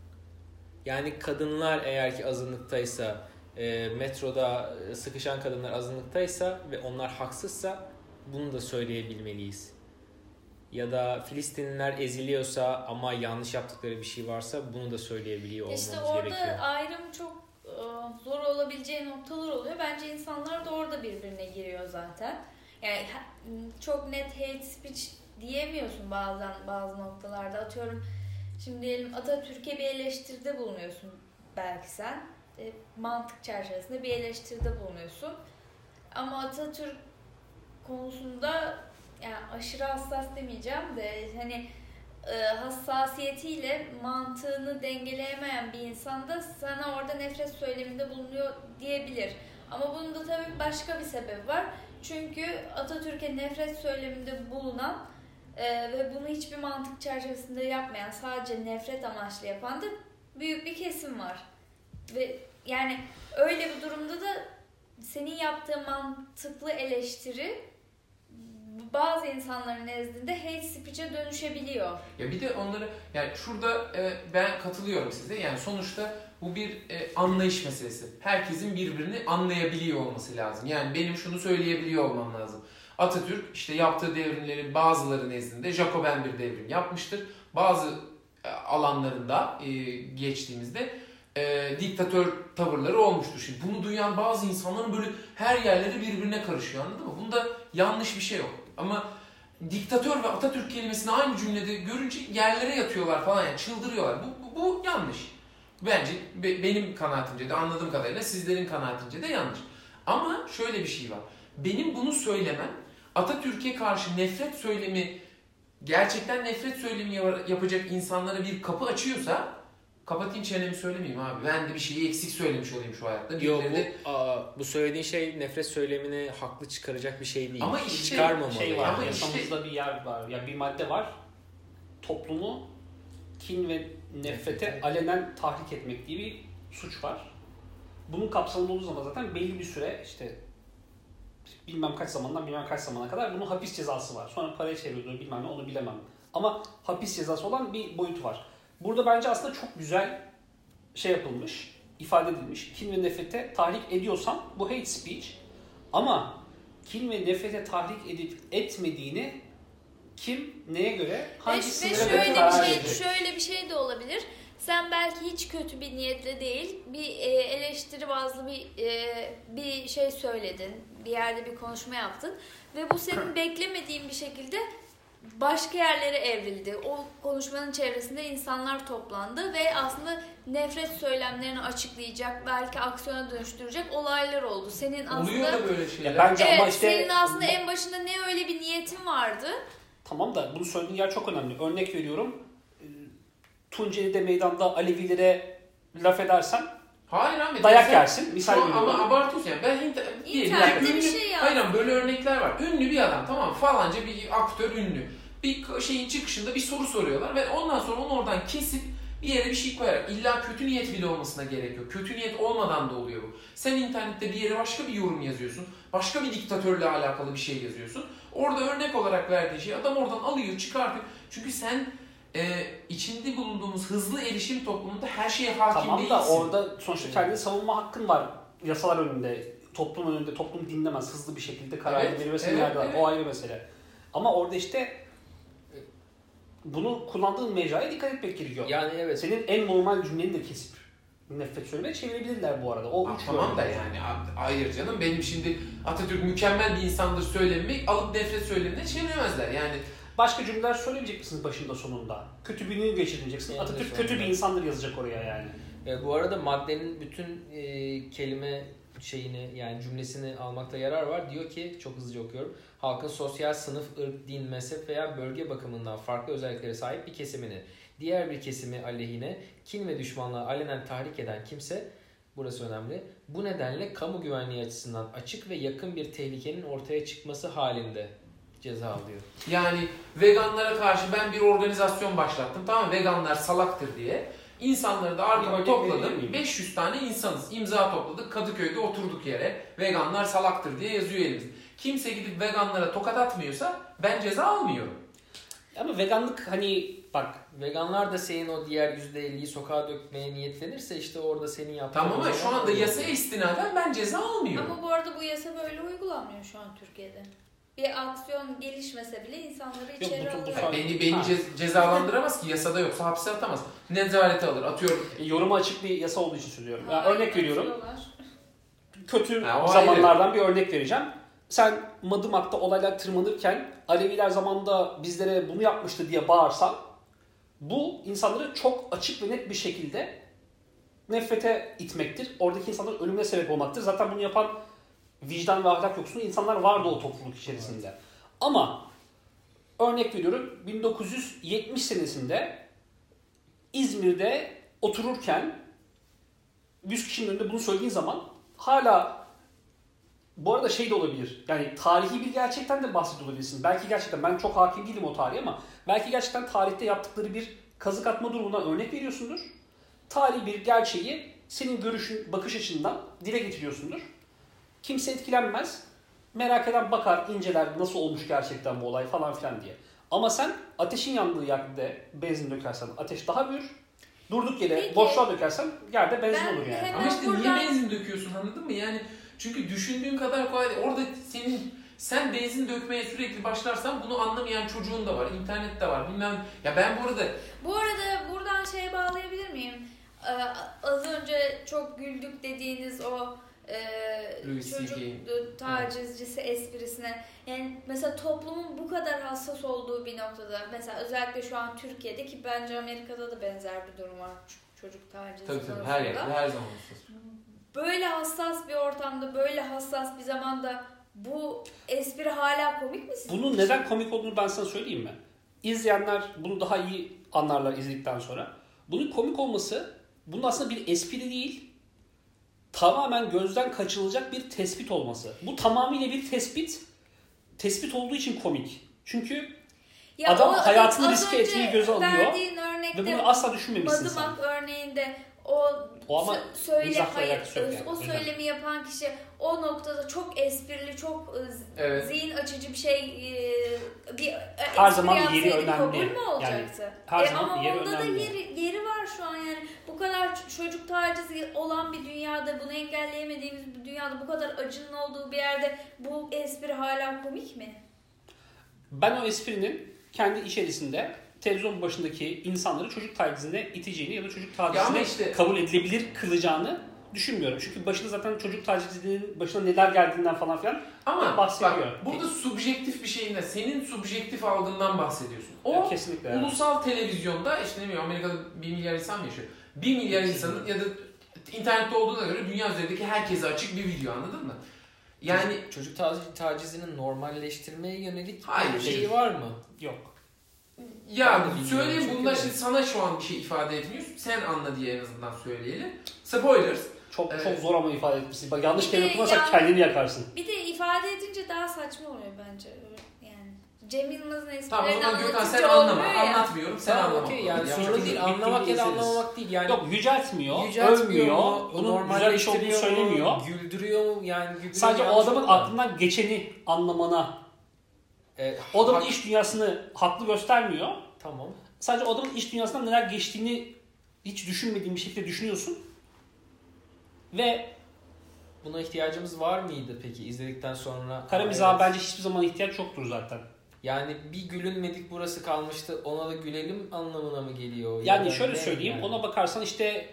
Yani kadınlar eğer ki azınlıktaysa, e, metroda sıkışan kadınlar azınlıktaysa ve onlar haksızsa bunu da söyleyebilmeliyiz. Ya da Filistinliler eziliyorsa ama yanlış yaptıkları bir şey varsa bunu da söyleyebiliyor olmamız İşte orada gerekiyor. ayrım çok e, zor olabileceği noktalar oluyor. Bence insanlar da orada birbirine giriyor zaten. Yani çok net hate speech diyemiyorsun bazen bazı noktalarda. Atıyorum şimdi diyelim Atatürk'e bir eleştiride bulunuyorsun belki sen. E, mantık çerçevesinde bir eleştiride bulunuyorsun. Ama Atatürk konusunda yani aşırı hassas demeyeceğim de hani e, hassasiyetiyle mantığını dengeleyemeyen bir insan da sana orada nefret söyleminde bulunuyor diyebilir. Ama bunun da tabii başka bir sebebi var. Çünkü Atatürk'e nefret söyleminde bulunan e, ve bunu hiçbir mantık çerçevesinde yapmayan, sadece nefret amaçlı yapan da büyük bir kesim var. Ve yani öyle bir durumda da senin yaptığın mantıklı eleştiri bazı insanların nezdinde hate speech'e dönüşebiliyor. Ya bir de onları, yani şurada e, ben katılıyorum size. Yani sonuçta Bu bir e, anlayış meselesi. Herkesin birbirini anlayabiliyor olması lazım. Yani benim şunu söyleyebiliyor olmam lazım. Atatürk işte yaptığı devrimlerin bazıları nezdinde Jacoben bir devrim yapmıştır. Bazı e, alanlarında e, geçtiğimizde e, diktatör tavırları olmuştur. Şimdi bunu duyan bazı insanların böyle her yerleri birbirine karışıyor, anladın mı? Bunda yanlış bir şey yok. Ama diktatör ve Atatürk kelimesini aynı cümlede görünce yerlere yatıyorlar falan, yani çıldırıyorlar. Bu, bu, bu yanlış. Bence be, benim kanaatimce de, anladığım kadarıyla sizlerin kanaatince de yanlış. Ama şöyle bir şey var. Benim bunu söylemem Atatürk'e karşı nefret söylemi, gerçekten nefret söylemi yapacak insanlara bir kapı açıyorsa, kapatayım çenemi söylemeyeyim abi. Ben de bir şeyi eksik söylemiş olayım şu hayatta. Yok bu, de... aa, bu söylediğin şey nefret söylemini haklı çıkaracak bir şey değil. Ama işte çıkarmamalı. Şey var, Ama yasamızda işte... bir yer var. Ya bir madde var. Toplumu kin ve nefrete Nefrete. alenen tahrik etmek diye bir suç var. Bunun kapsamında olduğu zaman zaten belli bir süre, işte bilmem kaç zamandan bilmem kaç zamana kadar bunun hapis cezası var. Sonra paraya çeviriyordur bilmem ne, onu bilemem. Ama hapis cezası olan bir boyutu var. Burada bence aslında çok güzel şey yapılmış, ifade edilmiş. Kin ve nefrete tahrik ediyorsan bu hate speech. Ama kin ve nefrete tahrik edip etmediğini kim, neye göre, hangi Ve, ve sınıra göre şöyle karar bir şey, verecek? şöyle bir şey de olabilir. Sen belki hiç kötü bir niyetle değil, bir e, eleştiri bazlı bir e, bir şey söyledin, bir yerde bir konuşma yaptın ve bu senin beklemediğin bir şekilde başka yerlere evrildi. O konuşmanın çevresinde insanlar toplandı ve aslında nefret söylemlerini açıklayacak, belki aksiyona dönüştürecek olaylar oldu. Senin aslında Oluyor da böyle şeyler. Ya bence evet, ama işte senin aslında en başında ne öyle bir niyetin vardı. tamam da bunu söylediğin yer çok önemli. Örnek veriyorum. Tunceli'de meydanda Alevilere laf edersen Hayır Ahmet. dayak sen- yersin. Misal Ama, veriyorum. ama abartıyorsun yani. Ben inter- diyelim İnternette yani bir ünlü- şey yaz. Hayır ama böyle örnekler var. Ünlü bir adam, tamam mı? Falanca bir aktör ünlü. Bir şeyin çıkışında bir soru soruyorlar ve ondan sonra onu oradan kesip bir yere bir şey koyarak, illa kötü niyet bile olmasına gerek yok. Kötü niyet olmadan da oluyor bu. Sen internette bir yere başka bir yorum yazıyorsun. Başka bir diktatörle alakalı bir şey yazıyorsun. Orada örnek olarak verdiği şey adam oradan alıyor, çıkartıyor. Çünkü sen e, içinde bulunduğumuz hızlı erişim toplumunda her şeye hakim Tamam değilsin. da orada sonuçta kendini savunma hakkın var. Yasalar önünde, toplum önünde, toplum dinlemez. Hızlı bir şekilde karar Evet, verir ve evet, yargılar. evet. O ayrı mesele. Ama orada işte bunu kullandığın mecraya dikkat etmek gerekiyor. Yani evet. Senin en normal cümleni de kesip nefret söylemeye çevirebilirler bu arada. O Aa, üç tamam da yönde. yani abi, hayır canım, benim şimdi Atatürk mükemmel bir insandır söylememi alıp nefret söylemine çeviremezler yani. Başka cümleler söylemeyecek misiniz başında sonunda? Kötü bir gün geçireceksin. Yani Atatürk sonunda. kötü bir insandır yazacak oraya yani. E, bu arada maddenin bütün e, kelime şeyini, yani cümlesini almakta yarar var. Diyor ki, çok hızlıca okuyorum. Halkın sosyal sınıf, ırk, din, mezhep veya bölge bakımından farklı özelliklere sahip bir kesimini diğer bir kesimi aleyhine kin ve düşmanlığa alenen tahrik eden kimse, burası önemli, bu nedenle kamu güvenliği açısından açık ve yakın bir tehlikenin ortaya çıkması halinde ceza alıyor. Yani veganlara karşı ben bir organizasyon başlattım, tamam mı? Veganlar salaktır diye. İnsanları da arkama Örnek topladım. verebilir miyim? beş yüz tane insanız. İmza topladık. Kadıköy'de oturduk yere. Veganlar salaktır diye yazıyor elimizde. Kimse gidip veganlara tokat atmıyorsa ben ceza almıyorum. Ama veganlık hani bak Veganlar da senin o diğer yüzde elliyi sokağa dökmeye niyetlenirse işte orada senin yaptığın... Tamam ama şu zaman anda oluyor. yasaya istinaden ben ceza almıyorum. Ama bu arada bu yasa böyle uygulanmıyor şu an Türkiye'de. Bir aksiyon gelişmese bile insanları içeri bu- bu- bu- alıyor. Beni, beni Ha. ce- cezalandıramaz ki, yasada yoksa hapse atamaz. Nezarete alır, atıyorum. e, yoruma açık bir yasa olduğu için söylüyorum. Ya Hayır, örnek veriyorum. atıyorlar. Kötü Ha, o zamanlardan bir örnek vereceğim. Sen Madımak'ta olaylar tırmanırken Aleviler zamanında bizlere bunu yapmıştı diye bağırsan, bu insanları çok açık ve net bir şekilde nefrete itmektir. Oradaki insanların ölümüne sebep olmaktır. Zaten bunu yapan vicdan ve ahlak yoksunu insanlar vardı o topluluk içerisinde. Evet. Ama örnek veriyorum, bin dokuz yüz yetmiş senesinde İzmir'de otururken yüz kişinin önünde bunu söylediğin zaman hala, bu arada şey de olabilir, yani tarihi bir gerçekten de bahsediyor olabilirsin. Belki gerçekten, ben çok hakim değilim o tarihe ama belki gerçekten tarihte yaptıkları bir kazık atma durumundan örnek veriyorsundur. Tarihi bir gerçeği senin görüşün, bakış açından dile getiriyorsundur. Kimse etkilenmez. Merak eden bakar, inceler nasıl olmuş gerçekten bu olay falan filan diye. Ama sen ateşin yandığı yerde benzin dökersen ateş daha büyür. Durduk yere Peki. boşluğa dökersen yerde benzin Ben olur yani. hemen Ama işte buradan- niye benzin döküyorsun, anladın mı? Yani çünkü düşündüğün kadar kolay değil. Orada senin sen benzin dökmeye sürekli başlarsan bunu anlamayan çocuğun da var, internette var, bilmem. Ya ben bu arada Bu arada buradan şeye bağlayabilir miyim? Ee, az önce çok güldük dediğiniz o e, Louis çocuk C K'in. tacizcisi esprisine. Yani mesela toplumun bu kadar hassas olduğu bir noktada, mesela özellikle şu an Türkiye'de, ki bence Amerika'da da benzer bir durum var ç- çocuk tacizi tabii tabii konusunda. her yerde, her zaman hassas. Böyle hassas bir ortamda, böyle hassas bir zamanda bu espri hala komik mi sizin Bunun için? neden komik olduğunu ben sana söyleyeyim mi? İzleyenler bunu daha iyi anlarlar izledikten sonra. Bunun komik olması, bunun aslında bir espri değil, tamamen gözden kaçırılacak bir tespit olması. Bu tamamıyla bir tespit, tespit olduğu için komik. Çünkü Ya adam o- hayatını az riske önce etmeyi göze alıyor verdiğin örnekte ve bunu asla düşünmemişsin sen. Madımak örneğinde o, O ama sö- söyle mizahla hayır, alakası yok öz- yani, o o yüzden. söylemi yapan kişi o noktada çok esprili, çok e, z- Evet. zihin açıcı bir şey, e, bir e, Her espri zaman yeri yapsaydı önemli. kabul mü Yani olacaktı? her E, zaman ama yeri onda önemli. da yeri, yeri var şu an yani. Bu kadar ç- çocuk tacizi olan bir dünyada, bunu engelleyemediğimiz bir dünyada, bu kadar acının olduğu bir yerde bu espri hala komik mi? Ben o esprinin kendi içerisinde televizyon başındaki insanları çocuk tacizine iteceğini ya da çocuk Ya ama tacizine işte- kabul edilebilir kılacağını düşünmüyorum. Çünkü başında zaten çocuk tacizinin başına neler geldiğinden falan filan Ama bahsediyor. bak burada subjektif bir şeyinde, senin subjektif algından bahsediyorsun. O kesinlikle. Evet. ulusal televizyonda işte ne bileyim Amerika'da bir milyar insan mı yaşıyor? Bir milyar insanın ya da internette olduğuna göre dünya üzerindeki herkese açık bir video, anladın mı? Yani Çocuk, çocuk taciz- tacizinin normalleştirmeye yönelik Hayır, bir şey değil. var mı? Yok. ya Ben de bilmiyorum söyleyeyim, çünkü bunlar de. şimdi sana şu an bir şey ifade etmiyor. Sen anla diye en azından söyleyelim. Spoilers. Çok Evet. çok zor ama ifade etmişsin. Bak yanlış Bir kelime de kullanırsak yani- kendini yakarsın. Bir de ifade edince daha saçma oluyor bence. Yani Cem Yılmaz'ın esprilerini Tamam o zaman Gökhan sen anlatınca anlama. olmuyor ya. Anlatmıyorum. Sen Tamam anlama. okey, yani Ya sorun çünkü değil, bittiğini anlamak ya da izleriz. anlamamak değil yani. Yok yüceltmiyor, Yüceltmiyor övmüyor, mu, bunun güzel bir şey olduğunu normalleştiriyor mu, söylemiyor. güldürüyor mu yani güldürüyor Sadece o yanlış adamın olma. aklından geçeni anlamana, E, o adamın hak- iş dünyasını haklı göstermiyor. Tamam. Sadece o adamın iş dünyasından neler geçtiğini hiç düşünmediğin bir şekilde düşünüyorsun. Ve Buna ihtiyacımız var mıydı peki izledikten sonra? kara Aa, mizaha evet. bence hiçbir zaman ihtiyaç yoktur zaten. Yani bir gülünmedik burası kalmıştı, ona da gülelim anlamına mı geliyor? Yani Ya da şöyle ne söyleyeyim, yani? ona bakarsan işte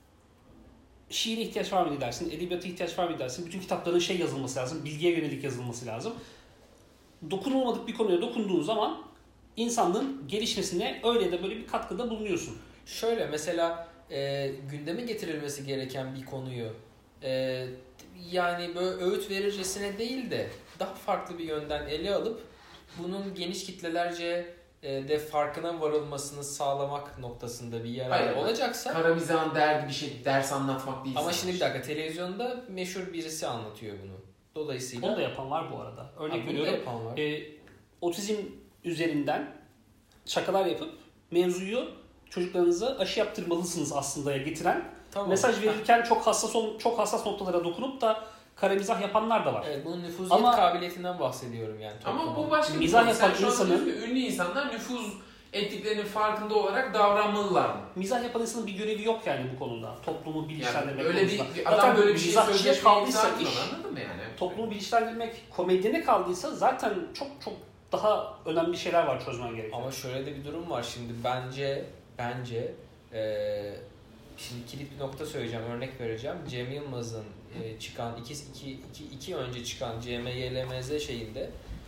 şiire ihtiyaç var mı dersin, edebiyata ihtiyaç var mı dersin, bütün kitapların şey yazılması lazım, bilgiye yönelik yazılması lazım. Dokunulmadık bir konuya dokunduğun zaman insanlığın gelişmesine öyle ya da böyle bir katkıda bulunuyorsun. Şöyle mesela e, gündeme getirilmesi gereken bir konuyu e, yani böyle öğüt verircesine değil de daha farklı bir yönden ele alıp bunun geniş kitlelerce e, de farkına varılmasını sağlamak noktasında bir yarar Hayır, olacaksa. Kara mizahın derdi bir şey, ders anlatmak değil. Ama sadece. şimdi bir dakika, televizyonda meşhur birisi anlatıyor bunu. Dolayısıyla Onu da yapan var bu arada. Ha, Örnek bunu da veriyorum. yapan var. E, otizm üzerinden şakalar yapıp mevzuyu çocuklarınıza aşı yaptırmalısınız aslında getiren, Tamam. mesaj verirken çok hassas ol- çok hassas noktalara dokunup da kara mizah yapanlar da var. Evet, bunun nüfuziyet Ama- kabiliyetinden bahsediyorum yani. Ama topluma. bu başka bir Mizah konu. Sen yapan şu an insanın- diyorsun ki ünlü insanlar nüfuz ettiklerinin farkında olarak davranmalılar mı? Mizah yapan insanın bir görevi yok yani bu konuda. Toplumu bilinçlendirmek Yani öyle bir, konusunda. bir adam Zaten böyle bir şey mizahçıya sözleşmeye kaldıysa imza iş, atmıyor, anladın mı yani? toplumu bilinçlendirmek komedyene kaldıysa zaten çok çok daha önemli şeyler var çözmen gerekiyor. Ama şöyle de bir durum var şimdi, bence bence eee şimdi kilit bir nokta söyleyeceğim, örnek vereceğim. Cem Yılmaz'ın e, çıkan iki, iki, iki, iki önce çıkan C M Y L M Z şeyinde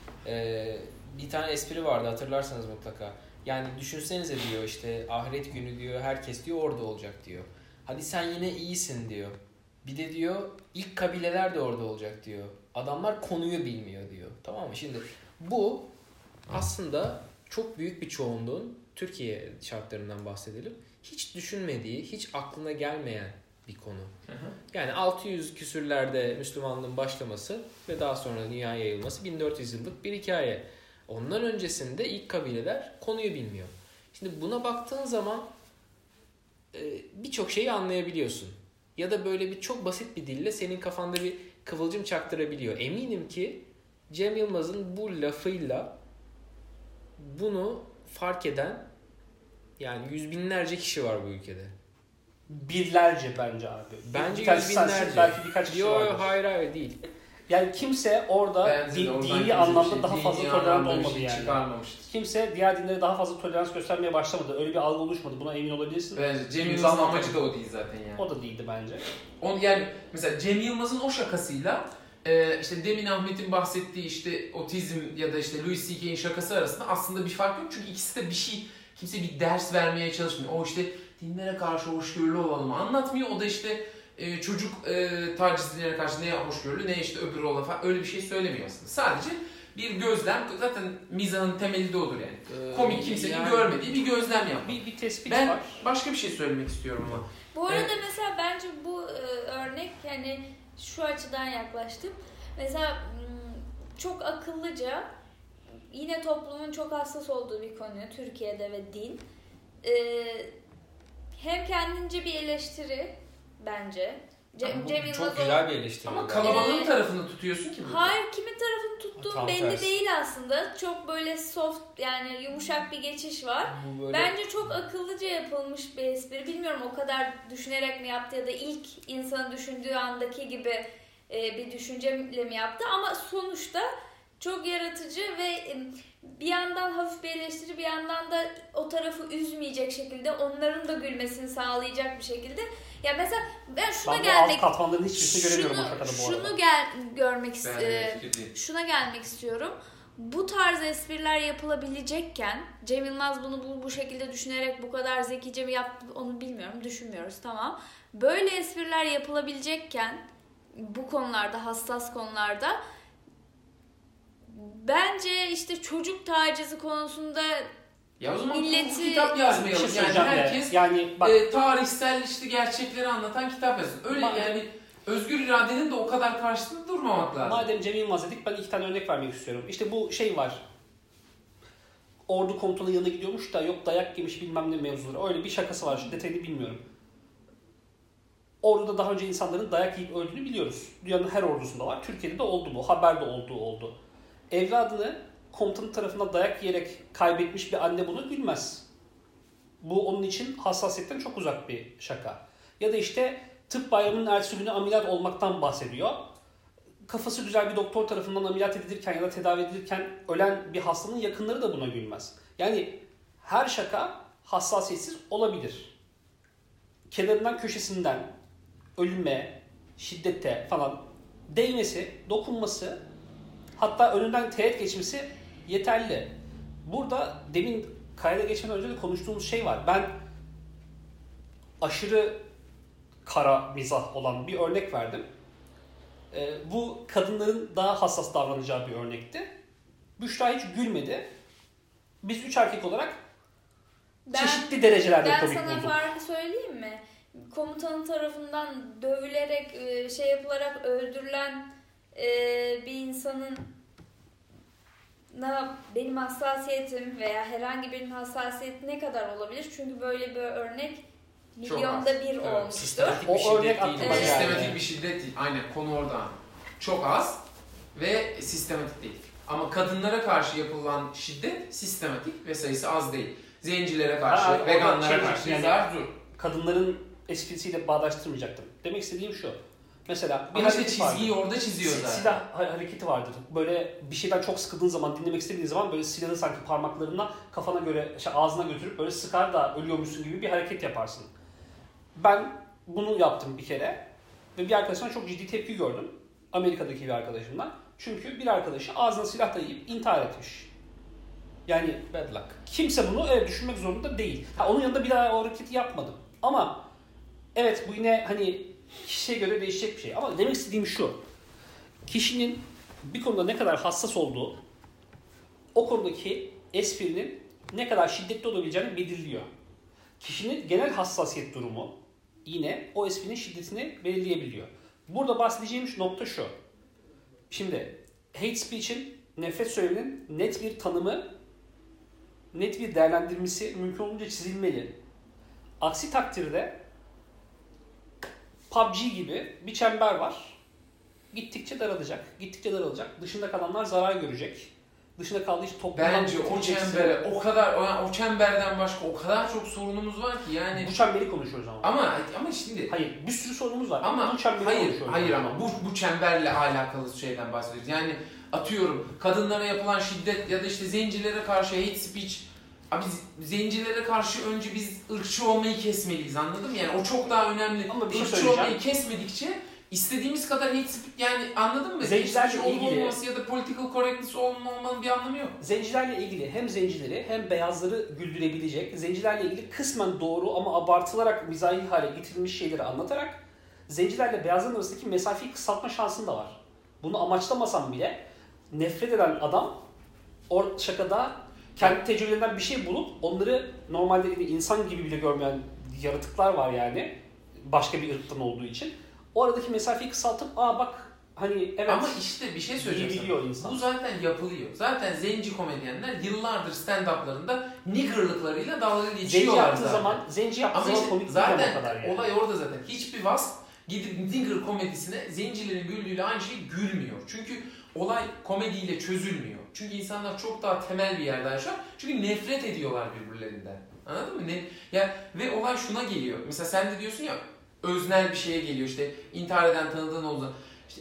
e, bir tane espri vardı, hatırlarsanız mutlaka. Yani düşünsenize diyor, işte ahiret günü diyor, herkes diyor orada olacak diyor. Hadi sen yine iyisin diyor. Bir de diyor ilk kabileler de orada olacak diyor. Adamlar konuyu bilmiyor diyor. Tamam mı? Şimdi bu aslında çok büyük bir çoğunluğun, Türkiye şartlarından bahsedelim, hiç düşünmediği, hiç aklına gelmeyen bir konu. Hı hı. Yani altı yüz küsürlerde Müslümanlığın başlaması ve daha sonra dünyaya yayılması bin dört yüz yıllık bir hikaye. Ondan öncesinde ilk kabileler konuyu bilmiyor. Şimdi buna baktığın zaman e, birçok şeyi anlayabiliyorsun. Ya da böyle bir çok basit bir dille senin kafanda bir kıvılcım çaktırabiliyor. Eminim ki Cem Yılmaz'ın bu lafıyla bunu fark eden, Yani yüz binlerce kişi var bu ülkede. Birlerce bence abi. Bence Bir tanesi yüz binlerce. sensin, belki birkaç kişi Yo, vardır. hayır hayır değil. Yani kimse orada Bence din, de oradan dini kimse anlamda şey, daha dini fazla tolerant anlamda bir olmadı şey yani. çıkarmamıştır. Kimse diğer dinlere daha fazla tolerans göstermeye başlamadı. Öyle bir algı oluşmadı. Buna emin olabilirsin. Bence Cem İmza Yılmaz'ın atmadı. amacı da o değil zaten yani. O da değildi bence. On, yani mesela Cem Yılmaz'ın o şakasıyla e, işte demin Ahmet'in bahsettiği işte otizm ya da işte Louis C K'in şakası arasında aslında bir fark yok. Çünkü ikisi de bir şey, kimse bir ders vermeye çalışmıyor. O işte dinlere karşı hoşgörülü olalım anlatmıyor. O da işte e, çocuk e, tacizlere karşı ne hoşgörülü ne işte öbürü olan falan öyle bir şey söylemiyor aslında. Sadece bir gözlem, zaten mizahın temeli de odur yani. Ee, Komik kimsenin yani, görmediği bir gözlem yapmak. Bir, bir tespit Ben var. başka bir şey söylemek istiyorum ama. Bu arada Evet. mesela bence bu e, örnek yani şu açıdan yaklaştım. Mesela m, çok akıllıca yine toplumun çok hassas olduğu bir konu Türkiye'de ve din. E, hem kendince bir eleştiri bence. Cem, bu Cem çok Yılmaz güzel bir eleştiri. Ama bence. kalabalığın Ee, tarafını tutuyorsun ki burada. Hayır, kimin tarafını tuttuğum Tam belli tersi. değil aslında. Çok böyle soft yani yumuşak bir geçiş var. Bu böyle... Bence çok akıllıca yapılmış bir espri. Bilmiyorum o kadar düşünerek mi yaptı ya da ilk insanın düşündüğü andaki gibi e, bir düşünceyle mi yaptı. Ama sonuçta çok yaratıcı ve e, bir yandan hafif bir eleştiri, bir yandan da o tarafı üzmeyecek şekilde, onların da gülmesini sağlayacak bir şekilde. Ya mesela ben şuna Ben bu gelmek... alt katmanların hiçbirisini göremiyorum şunu, hakikaten bu arada. şunu gel, görmek Ben istiyorum. de fikir değilim. Şuna gelmek istiyorum. Bu tarz espriler yapılabilecekken Cem Yılmaz bunu bu, bu şekilde düşünerek bu kadar zekice mi yaptı onu bilmiyorum. Düşünmüyoruz, tamam. Böyle espriler yapılabilecekken bu konularda, hassas konularda bence işte çocuk tacizi konusunda Ya o zaman milleti- bu kitap Bir şey yazmayalım. Yani söyleyeceğim de, herkes yani bak e, tarihsel işte gerçekleri anlatan kitap yazsın. Öyle Bak- yani özgür iradenin de o kadar karşısında durmamak lazım. madem Cem Yılmaz dedik ben iki tane örnek vermek istiyorum. İşte bu şey var. Ordu komutanı yanına gidiyormuş da yok dayak yemiş bilmem ne mevzuları. Öyle bir şakası var. Şu detayını bilmiyorum. Orduda daha önce insanların dayak yiyip öldüğünü biliyoruz. Dünyanın her ordusunda var. Türkiye'de de oldu bu. Haberde olduğu oldu. Evladını komutanın tarafından dayak yiyerek kaybetmiş bir anne bunu gülmez. Bu onun için hassasiyetten çok uzak bir şaka. Ya da işte tıp bayramının ertesi günü ameliyat olmaktan bahsediyor. Kafası güzel bir doktor tarafından ameliyat edilirken ya da tedavi edilirken ölen bir hastanın yakınları da buna gülmez. Yani her şaka hassasiyetsiz olabilir. Kenarından köşesinden ölüme, şiddete falan değmesi, dokunması, hatta önünden teğet geçmesi yeterli. Burada demin kayda geçmeden önce de konuştuğumuz şey var. Ben aşırı kara mizah olan bir örnek verdim. Ee, bu kadınların daha hassas davranacağı bir örnekti. Büşra hiç gülmedi. Biz üç erkek olarak ben, çeşitli derecelerde ben komik sana bulduk. farkı söyleyeyim mi? Komutanın tarafından dövülerek, e, şey yapılarak öldürülen e, bir insanın na benim hassasiyetim veya herhangi birinin hassasiyeti ne kadar olabilir? Çünkü böyle bir örnek Çok milyonda az. bir Evet, olmuştur. Sistematik O bir şiddet örnek değil. aklıma Evet. geldi. Sistematik bir şiddet değil. Aynen konu orada. Çok az ve sistematik değil. Ama kadınlara karşı yapılan şiddet sistematik ve sayısı az değil. Zencilere karşı, Ha, veganlara şey, karşı yani- zar dur. Kadınların esprisiyle bağdaştırmayacaktım. Demek istediğim şu. Mesela bir Ama işte hareket vardır. çizgiyi orada çiziyor Si- zaten. Silah ha- hareketi vardır. Böyle bir şeyden çok sıkıldığın zaman, dinlemek istediğin zaman böyle silahı sanki parmaklarına kafana göre, şey, ağzına götürüp böyle sıkar da ölüyormuşsun gibi bir hareket yaparsın. Ben bunu yaptım bir kere ve bir arkadaşımdan çok ciddi tepki gördüm. Amerika'daki bir arkadaşımdan. Çünkü bir arkadaşı ağzına silah dayayıp intihar etmiş. Yani Bad luck. kimse bunu evet düşünmek zorunda değil. Ha, onun yanında bir daha o hareketi yapmadım. Ama evet bu yine hani kişiye göre değişecek bir şey. Ama demek istediğim şu. Kişinin bir konuda ne kadar hassas olduğu o konudaki esprinin ne kadar şiddetli olabileceğini belirliyor. Kişinin genel hassasiyet durumu yine o esprinin şiddetini belirleyebiliyor. Burada bahsedeceğim nokta şu. Şimdi hate speech'in, nefret söyleminin net bir tanımı, net bir değerlendirmesi mümkün olunca çizilmeli. Aksi takdirde P U B G gibi bir çember var. Gittikçe daralacak, gittikçe daralacak. Dışında kalanlar zarar görecek. dışında kaldığı için toplumdan Bence o çembere o kadar o, o çemberden başka o kadar çok sorunumuz var ki yani. Bu çemberi konuşuyoruz ama. Ama ama şimdi. Hayır, bir sürü sorunumuz var. Ama bu çemberi hayır konuşuyoruz. hayır ama bu bu çemberle alakalı şeyden bahsediyoruz. Yani atıyorum kadınlara yapılan şiddet ya da işte zencilere karşı hate speech. Abi zencilere karşı önce biz ırkçı olmayı kesmeliyiz, anladın mı? Yani o çok daha önemli. Ama bir şey ırkçı olmayı kesmedikçe istediğimiz kadar hate speech, yani anladın mı? Zencilerle ilgili olmaması ya da political correctness olmamanın bir anlamı yok. Zencilerle ilgili hem zencileri hem beyazları güldürebilecek, zencilerle ilgili kısmen doğru ama abartılarak mizahi hale getirilmiş şeyleri anlatarak zencilerle beyazların arasındaki mesafeyi kısaltma şansın da var. Bunu amaçlamasam bile nefret eden adam o şakada kendi tecrübelerinden bir şey bulup onları normalde insan gibi bile görmeyen yaratıklar var yani. Başka bir ırktan olduğu için. O aradaki mesafeyi kısaltıp aa bak hani evet. Ama işte bir şey söyleyeceğim insan. Bu zaten yapılıyor. Zaten zenci komedyenler yıllardır stand-up'larında niggerlıklarıyla dalga geçiyorlar zenci yaptığı zaten. zaman, zenci yaptığı Ama zaman işte komik zaten o kadar yani. Olay orada zaten. Hiçbir vasf gidip nigger komedisine zencilerin güldüğüyle aynı şey gülmüyor. Çünkü olay komediyle çözülmüyor. Çünkü insanlar çok daha temel bir yerden yaşıyor. Çünkü nefret ediyorlar birbirlerinden. Anladın mı? Ne? Ya ve olay şuna geliyor. Mesela sen de diyorsun ya öznel bir şeye geliyor. İşte intihar eden tanıdığın oldu. İşte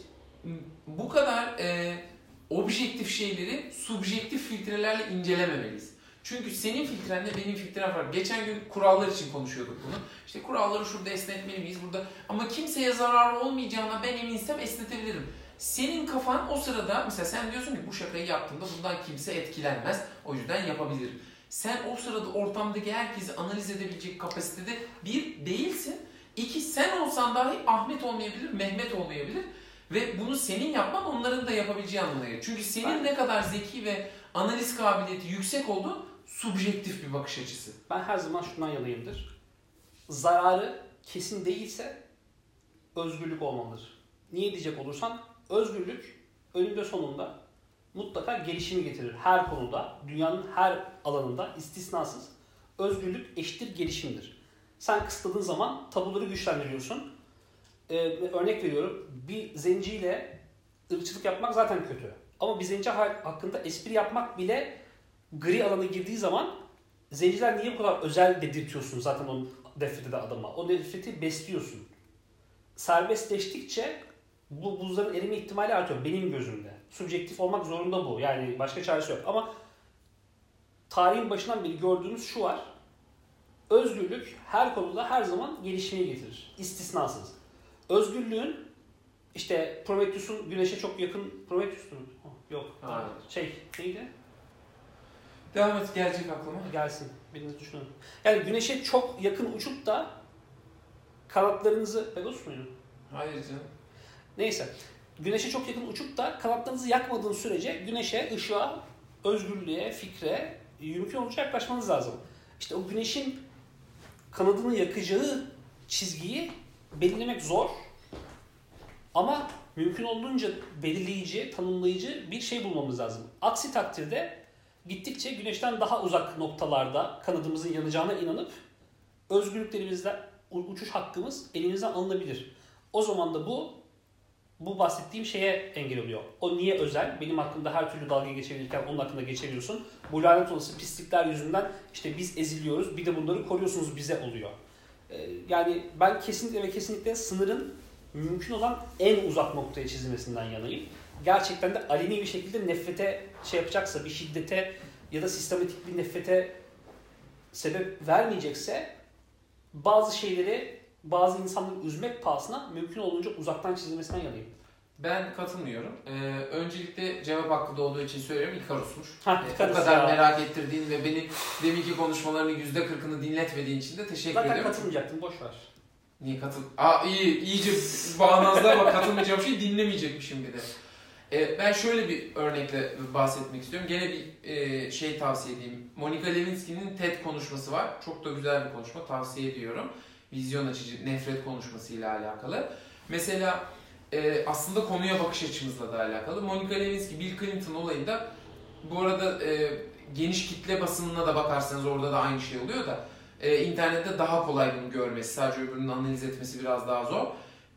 bu kadar e, objektif şeyleri subjektif filtrelerle incelememeliyiz. Çünkü senin filtrenle benim filtrem var. Geçen gün kurallar için konuşuyorduk bunu. İşte kuralları şurada esnetmeli miyiz burada? Ama kimseye zararı olmayacağına ben eminsem esnetebilirim. Senin kafan o sırada mesela sen diyorsun ki bu şakayı yaptığımda bundan kimse etkilenmez. O yüzden yapabilirim. Sen o sırada ortamdaki herkesi analiz edebilecek kapasitede bir değilsin. İki, sen olsan dahi Ahmet olmayabilir, Mehmet olmayabilir. Ve bunu senin yapman onların da yapabileceği anlamına gelir. Çünkü senin ben, ne kadar zeki ve analiz kabiliyeti yüksek olduğu subjektif bir bakış açısı. Ben her zaman şundan yanayımdır. Zararı kesin değilse özgürlük olmalıdır. Niye diyecek olursan özgürlük önünde sonunda mutlaka gelişimi getirir. Her konuda, dünyanın her alanında istisnasız özgürlük eşittir gelişimdir. Sen kısıtladığın zaman tabuları güçlendiriyorsun. Ee, örnek veriyorum, bir zenciyle ırkçılık yapmak zaten kötü. Ama bir zenci hakkında espri yapmak bile gri alana girdiği zaman zenciler niye bu kadar özel dedirtiyorsun zaten o nefreti de adama. O nefreti besliyorsun. Serbestleştikçe bu buzların erime ihtimali artıyor benim gözümde. Subjektif olmak zorunda bu. Yani başka çaresi yok. Ama tarihin başından beri gördüğümüz şu var. Özgürlük her konuda her zaman gelişmeyi getirir. İstisnasız. Özgürlüğün işte Prometheus'un güneşe çok yakın Prometheus'tu mu? Yok. Hayır. Şey neydi? Devam et, gelecek aklıma. Gelsin. Biriniz düşünün. Yani güneşe çok yakın uçup da kanatlarınızı... Pegasus muydu? Hayır canım. Neyse. Güneşe çok yakın uçup da kanatlarınızı yakmadığın sürece güneşe, ışığa, özgürlüğe, fikre mümkün olunca yaklaşmanız lazım. İşte o güneşin kanadını yakacağı çizgiyi belirlemek zor. Ama mümkün olduğunca belirleyici, tanımlayıcı bir şey bulmamız lazım. Aksi takdirde gittikçe güneşten daha uzak noktalarda kanadımızın yanacağına inanıp özgürlüklerimizle uçuş hakkımız elimizden alınabilir. O zaman da bu bu bahsettiğim şeye engel oluyor. O niye özel? Benim hakkında her türlü dalga geçebilirken onun hakkında geçemiyorsun. Bu lanet olası pislikler yüzünden işte biz eziliyoruz. Bir de bunları koruyorsunuz bize oluyor. Ee, yani ben kesinlikle ve kesinlikle sınırın mümkün olan en uzak noktaya çizilmesinden yanayım. Gerçekten de aleni bir şekilde nefrete şey yapacaksa, bir şiddete ya da sistematik bir nefrete sebep vermeyecekse bazı şeyleri, bazı insanları üzmek pahasına mümkün olunca uzaktan çizilmesinden yanayım. Ben katılmıyorum. Ee, öncelikle cevap hakkı olduğu için söylüyorum. İkarus'muş. Hah, ee, İkarus o kadar ya. merak ettirdiğin ve beni deminki konuşmalarının yüzde kırkını dinletmediğin için de teşekkür Zaten ediyorum. Zaten katılmayacaktım, boş ver. Niye katıl? Aa iyi, iyice bağnazlığa bak, katılmayacağım şeyi dinlemeyecekmişim bir de. Ee, ben şöyle bir örnekle bahsetmek istiyorum. Gene bir e, şey tavsiye edeyim. Monica Lewinsky'nin TED konuşması var. Çok da güzel bir konuşma, tavsiye ediyorum. Vizyon açıcı, nefret konuşmasıyla alakalı. Mesela e, aslında konuya bakış açımızla da alakalı. Monica Lewinsky, Bill Clinton olayında, bu arada e, geniş kitle basınına da bakarsanız orada da aynı şey oluyor da e, internette daha kolay bunu görmesi, sadece öbürünün analiz etmesi biraz daha zor.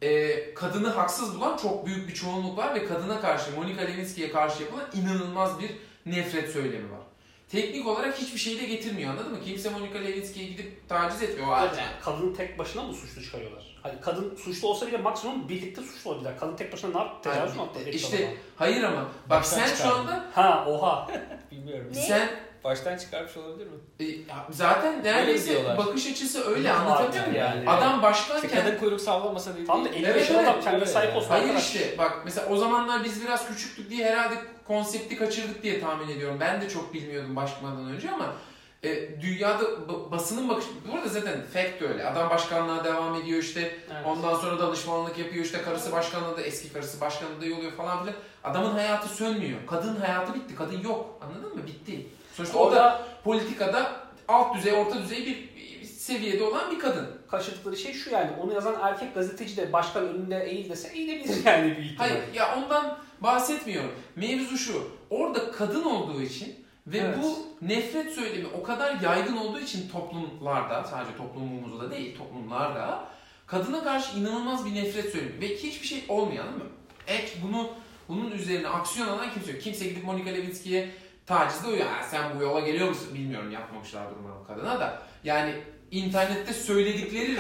e, kadını haksız bulan çok büyük bir çoğunluk var ve kadına karşı, Monica Lewinsky'ye karşı yapılan inanılmaz bir nefret söylemi var. Teknik olarak hiçbir şey de getirmiyor, anladın mı? Kimse Monica Lewinsky'ye gidip taciz etmiyor. Evet, yani kadını tek başına mı suçlu çıkarıyorlar? Hani kadın suçlu olsa bile maksimum birlikte suçlu olabilirler. Kadın tek başına ne yaptı? Tecavüz mü yaptı? İşte hayır ama bak Baştan sen şu çıkardım. anda Ha oha. Bilmiyorum. Ne? sen Baştan çıkarmış olabilir mi? e, zaten neredeyse diyorlar. bakış açısı öyle, Ne anlatabiliyor var muyum? yani? Adam başkanken İşte kadın kuyruk sallamasa değil. Tam da elli Evet, yaşında evet. adam kendine sahip olsun. Hayır arkadaş. işte bak mesela o zamanlar biz biraz küçüktük diye herhalde konsepti kaçırdık diye tahmin ediyorum. Ben de çok bilmiyordum başlamadan önce ama e, dünyada b- basının bakış... Burada zaten fact öyle. Adam başkanlığa devam ediyor işte. Evet. Ondan sonra danışmanlık yapıyor işte. Karısı başkanlığı da eski karısı başkanlığı da oluyor falan filan. Adamın hayatı sönmüyor. Kadın hayatı bitti. Kadın yok. Anladın mı? Bitti. Sonuçta o da politikada alt düzey, orta düzey bir, bir seviyede olan bir kadın. Kaçırdıkları şey şu yani. Onu yazan erkek gazeteci de başkan önünde eğil dese eğilebilir yani büyük ihtimal. Hayır ya ondan bahsetmiyorum. Mevzu şu. Orada kadın olduğu için ve Evet. bu nefret söylemi o kadar yaygın olduğu için toplumlarda, sadece toplumumuzda değil toplumlarda kadına karşı inanılmaz bir nefret söylemi ve hiçbir şey olmuyor, anladın mı? Ek bunu bunun üzerine aksiyon alan kimse yok. Kimse gidip Monica Lewinsky'ye tacizde uyuyor. Ha, sen bu yola geliyor musun? Bilmiyorum, yapmamışlardır umarım kadına da. Yani internette söyledikleri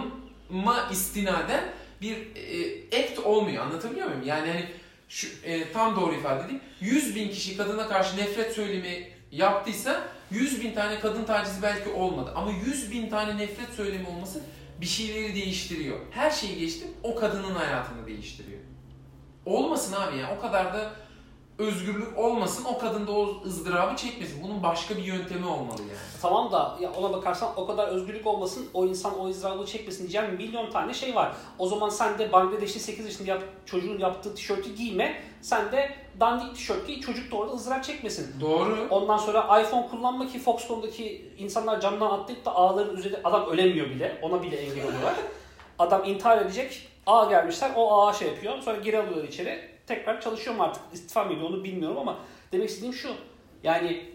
rakama istinaden bir e, act olmuyor. Anlatabiliyor muyum? Yani hani şu e, tam doğru ifade edeyim. yüz bin kişi kadına karşı nefret söylemi yaptıysa yüz bin tane kadın tacizi belki olmadı. Ama yüz bin tane nefret söylemi olması bir şeyleri değiştiriyor. Her şeyi geçtim, o kadının hayatını değiştiriyor. Olmasın abi ya. O kadar da özgürlük olmasın. O kadın da o ızdırabı çekmesin. Bunun başka bir yöntemi olmalı yani. Tamam da ya ona bakarsan o kadar özgürlük olmasın, o insan o ızdırabı çekmesin diyeceğim milyon tane şey var. O zaman sen de Bangladeş'te sekiz yaşında yap, çocuğun yaptığı tişörtü giyme, sen de dandik tişört giy, çocuk da orada ızdırap çekmesin. Doğru. Ondan sonra iPhone kullanma ki Foxconn'daki insanlar camdan atlayıp da ağların üzerinde, adam ölemiyor bile, ona bile engel oluyorlar. Adam intihar edecek, ağa gelmişler, o ağa şey yapıyor, sonra geri alıyorlar içeri. Tekrar çalışıyor mu artık, istifa mı ediyor onu bilmiyorum ama demek istediğim şu. Yani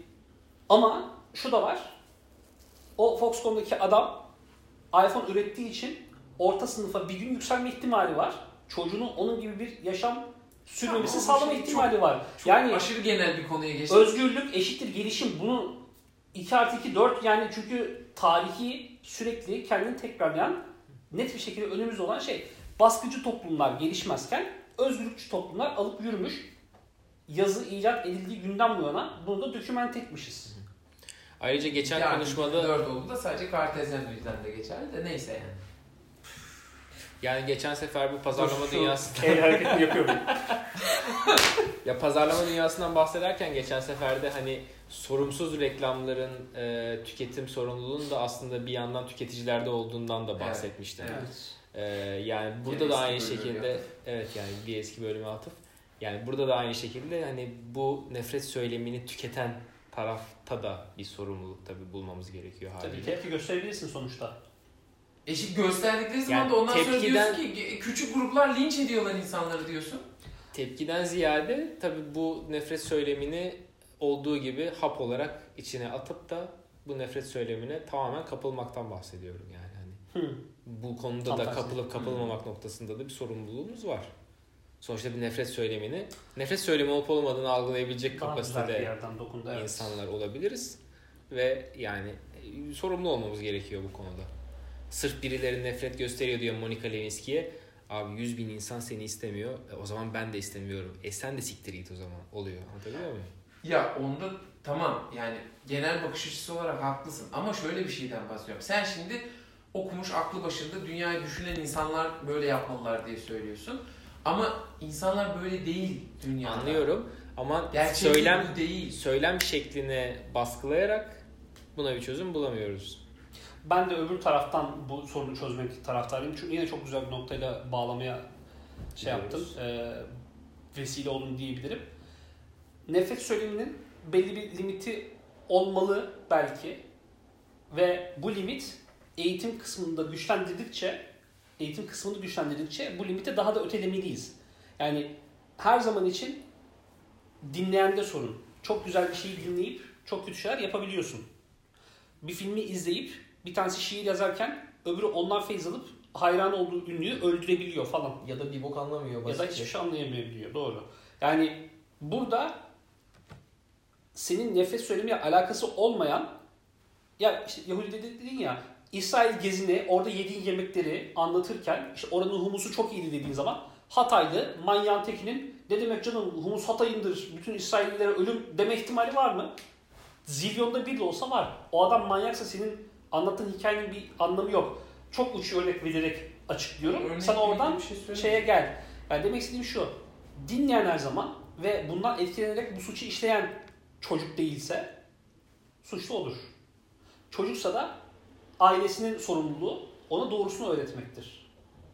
ama şu da var. O Foxconn'daki adam iPhone ürettiği için orta sınıfa bir gün yükselme ihtimali var. Çocuğunun onun gibi bir yaşam sürmemesi Tamam, sağlama şey ihtimali çok, var. Çok yani aşırı genel bir konuya geçtik. özgürlük eşittir gelişim. Bunu iki artı iki dört yani çünkü tarihi sürekli kendini tekrarlayan net bir şekilde önümüzde olan şey. Baskıcı toplumlar gelişmezken özgürlükçü toplumlar alıp yürümüş. Yazı icat edildiği günden bu yana bunu da dokümente etmişiz. Ayrıca geçen yani konuşmada dört oldu da sadece Kartezyen düzlemde geçerli de neyse yani. yani geçen sefer bu pazarlama Şu dünyasından el hareketini yapıyorum. ya pazarlama dünyasından bahsederken geçen seferde hani sorumsuz reklamların e, tüketim sorumluluğunun da aslında bir yandan tüketicilerde olduğundan da bahsetmiştim. Evet. Ee, yani burada Yine da aynı eski bölüme şekilde atıf. evet yani bir eski bölüme atıf. Yani burada da aynı şekilde hani bu nefret söylemini tüketen tarafta da bir sorumluluk tabii bulmamız gerekiyor Tabii haliyle. tepki gösterebilirsin sonuçta. Eşit gösterdikleri zaman Yani da ondan sonra tepkiden- diyorsun ki küçük gruplar linç ediyorlar insanları diyorsun. Tepkiden ziyade tabii bu nefret söylemini olduğu gibi hap olarak içine atıp da bu nefret söylemine tamamen kapılmaktan bahsediyorum yani. Hani Hı. bu konuda Tam da tersi. kapılıp kapılmamak noktasında da bir sorumluluğumuz var. Sonuçta bir nefret söylemini, nefret söylemi olup olmadığını algılayabilecek Daha güzel bir kapasitede yerden dokundu. Evet. insanlar olabiliriz. Ve yani e, sorumlu olmamız gerekiyor bu konuda. Sırf birileri nefret gösteriyor diyor Monica Lewinsky'ye. Abi yüz bin insan seni istemiyor. E, o zaman ben de istemiyorum. E sen de siktir git o zaman. Oluyor. Anlatabiliyor muyum? Ya onda tamam yani genel bakış açısı olarak haklısın ama şöyle bir şeyden bahsediyorum. Sen şimdi okumuş aklı başında dünyayı düşünen insanlar böyle yapmalılar diye söylüyorsun. Ama insanlar böyle değil dünyada. Anlıyorum ama Gerçek söylem bu değil. söylem şekline baskılayarak buna bir çözüm bulamıyoruz. Ben de öbür taraftan bu sorunu çözmek taraftarıyım. Çünkü yine çok güzel bir noktayla bağlamaya şey yaptım. E, vesile oldum diyebilirim. Nefret söyleminin belli bir limiti olmalı belki. Ve bu limit eğitim kısmında güçlendirdikçe, eğitim kısmını güçlendirdikçe bu limiti daha da ötelemeliyiz. Yani her zaman için dinleyende sorun. Çok güzel bir şeyi dinleyip çok kötü şeyler yapabiliyorsun. Bir filmi izleyip bir tanesi şiir yazarken öbürü ondan feyz alıp hayran olduğu ünlüyü öldürebiliyor falan. Ya da bir bok anlamıyor. Ya da hiçbir şey anlayamayabiliyor. Doğru. Yani burada senin nefret söylemiyle alakası olmayan, ya işte Yahudi dedin ya, İsrail gezini, orada yediğin yemekleri anlatırken işte oranın humusu çok iyiydi dediğin zaman Hataylı manyağın tekinin ne demek canım humus Hatay'ındır, bütün İsraillilere ölüm deme ihtimali var mı? Zilyonda bir de olsa var. O adam manyaksa senin anlattığın hikayenin bir anlamı yok. Çok uç örnek vererek açıklıyorum. Örnek Sana oradan şey şeye gel. Yani demek istediğim şu. Dinleyen her zaman ve bundan etkilenerek bu suçu işleyen çocuk değilse suçlu olur. Çocuksa da ailesinin sorumluluğu ona doğrusunu öğretmektir.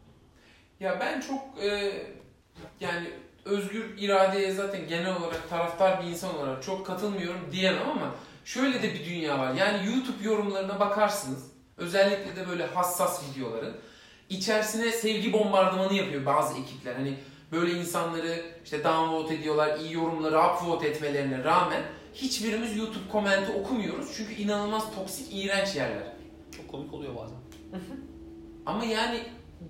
Ya ben çok e, yani özgür iradeye zaten genel olarak taraftar bir insan olarak çok katılmıyorum diyemem ama şöyle de bir dünya var. Yani YouTube yorumlarına bakarsınız. Özellikle de böyle hassas videoların. İçerisine sevgi bombardımanı yapıyor bazı ekipler. Hani böyle insanları işte downvote ediyorlar, iyi yorumları upvote etmelerine rağmen hiçbirimiz YouTube komenti okumuyoruz. Çünkü inanılmaz toksik, iğrenç yerler. Çok komik oluyor bazen. Ama yani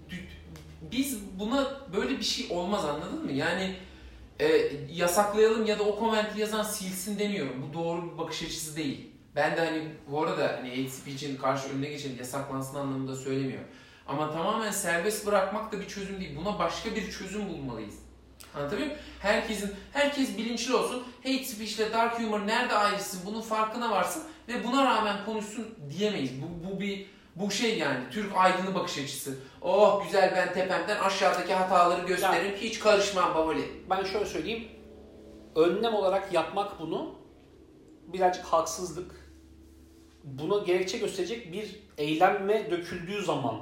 biz buna böyle bir şey olmaz, anladın mı? Yani e, yasaklayalım ya da o komenti yazan silsin demiyorum. Bu doğru bir bakış açısı değil. Ben de hani bu arada hani hate speech'in karşı önüne geçen yasaklansın anlamında söylemiyorum. Ama tamamen serbest bırakmak da bir çözüm değil. Buna başka bir çözüm bulmalıyız. Anlatabiliyor muyum? Herkesin, herkes bilinçli olsun. Hate speech ile dark humor nerede ayrışsın, bunun farkına varsın ve buna rağmen konuşsun diyemeyiz. Bu, bu bir bu şey yani Türk aydını bakış açısı. Oh güzel, ben tepemden aşağıdaki hataları gösteririm, yani, hiç karışmam babali. Ben şöyle söyleyeyim. Önlem olarak yapmak bunu birazcık haksızlık. Buna gerekçe gösterecek bir eylemme döküldüğü zaman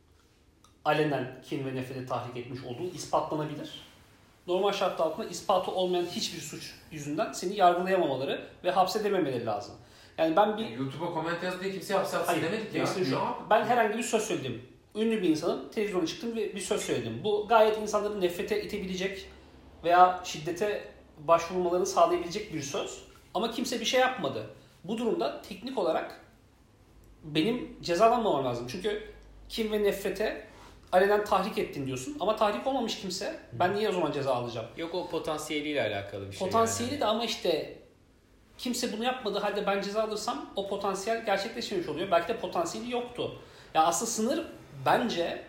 alenen kin ve nefrete tahrik etmiş olduğu ispatlanabilir. Normal şartlar altında ispatı olmayan hiçbir suç yüzünden seni yargılayamamaları ve hapsedememeleri lazım. Yani ben bir... Yani YouTube'a koment yaz diye kimseye hapse atsın demedik ya. Şu, ben herhangi bir söz söyledim. Ünlü bir insanın televizyona çıktım ve bir söz söyledim. Bu gayet insanların nefrete itebilecek veya şiddete başvurmalarını sağlayabilecek bir söz. Ama kimse bir şey yapmadı. Bu durumda teknik olarak benim cezalanmamam lazım. Çünkü kin ve nefrete alenen tahrik ettin diyorsun ama tahrik olmamış kimse. Ben niye o zaman ceza alacağım? Yok, o potansiyeliyle alakalı bir şey. Potansiyeli yani. de ama işte kimse bunu yapmadığı halde ben ceza alırsam o potansiyel gerçekleşmemiş oluyor. Belki de potansiyeli yoktu. Ya aslında sınır bence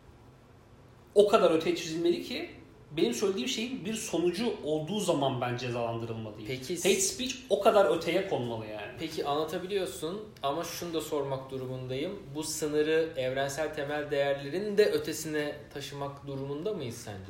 o kadar öteye çizilmeli ki benim söylediğim şeyin bir sonucu olduğu zaman ben cezalandırılmalıyım. Peki, hate speech o kadar öteye konmalı yani. Peki anlatabiliyorsun ama şunu da sormak durumundayım. Bu sınırı evrensel temel değerlerin de ötesine taşımak durumunda mıyız sence?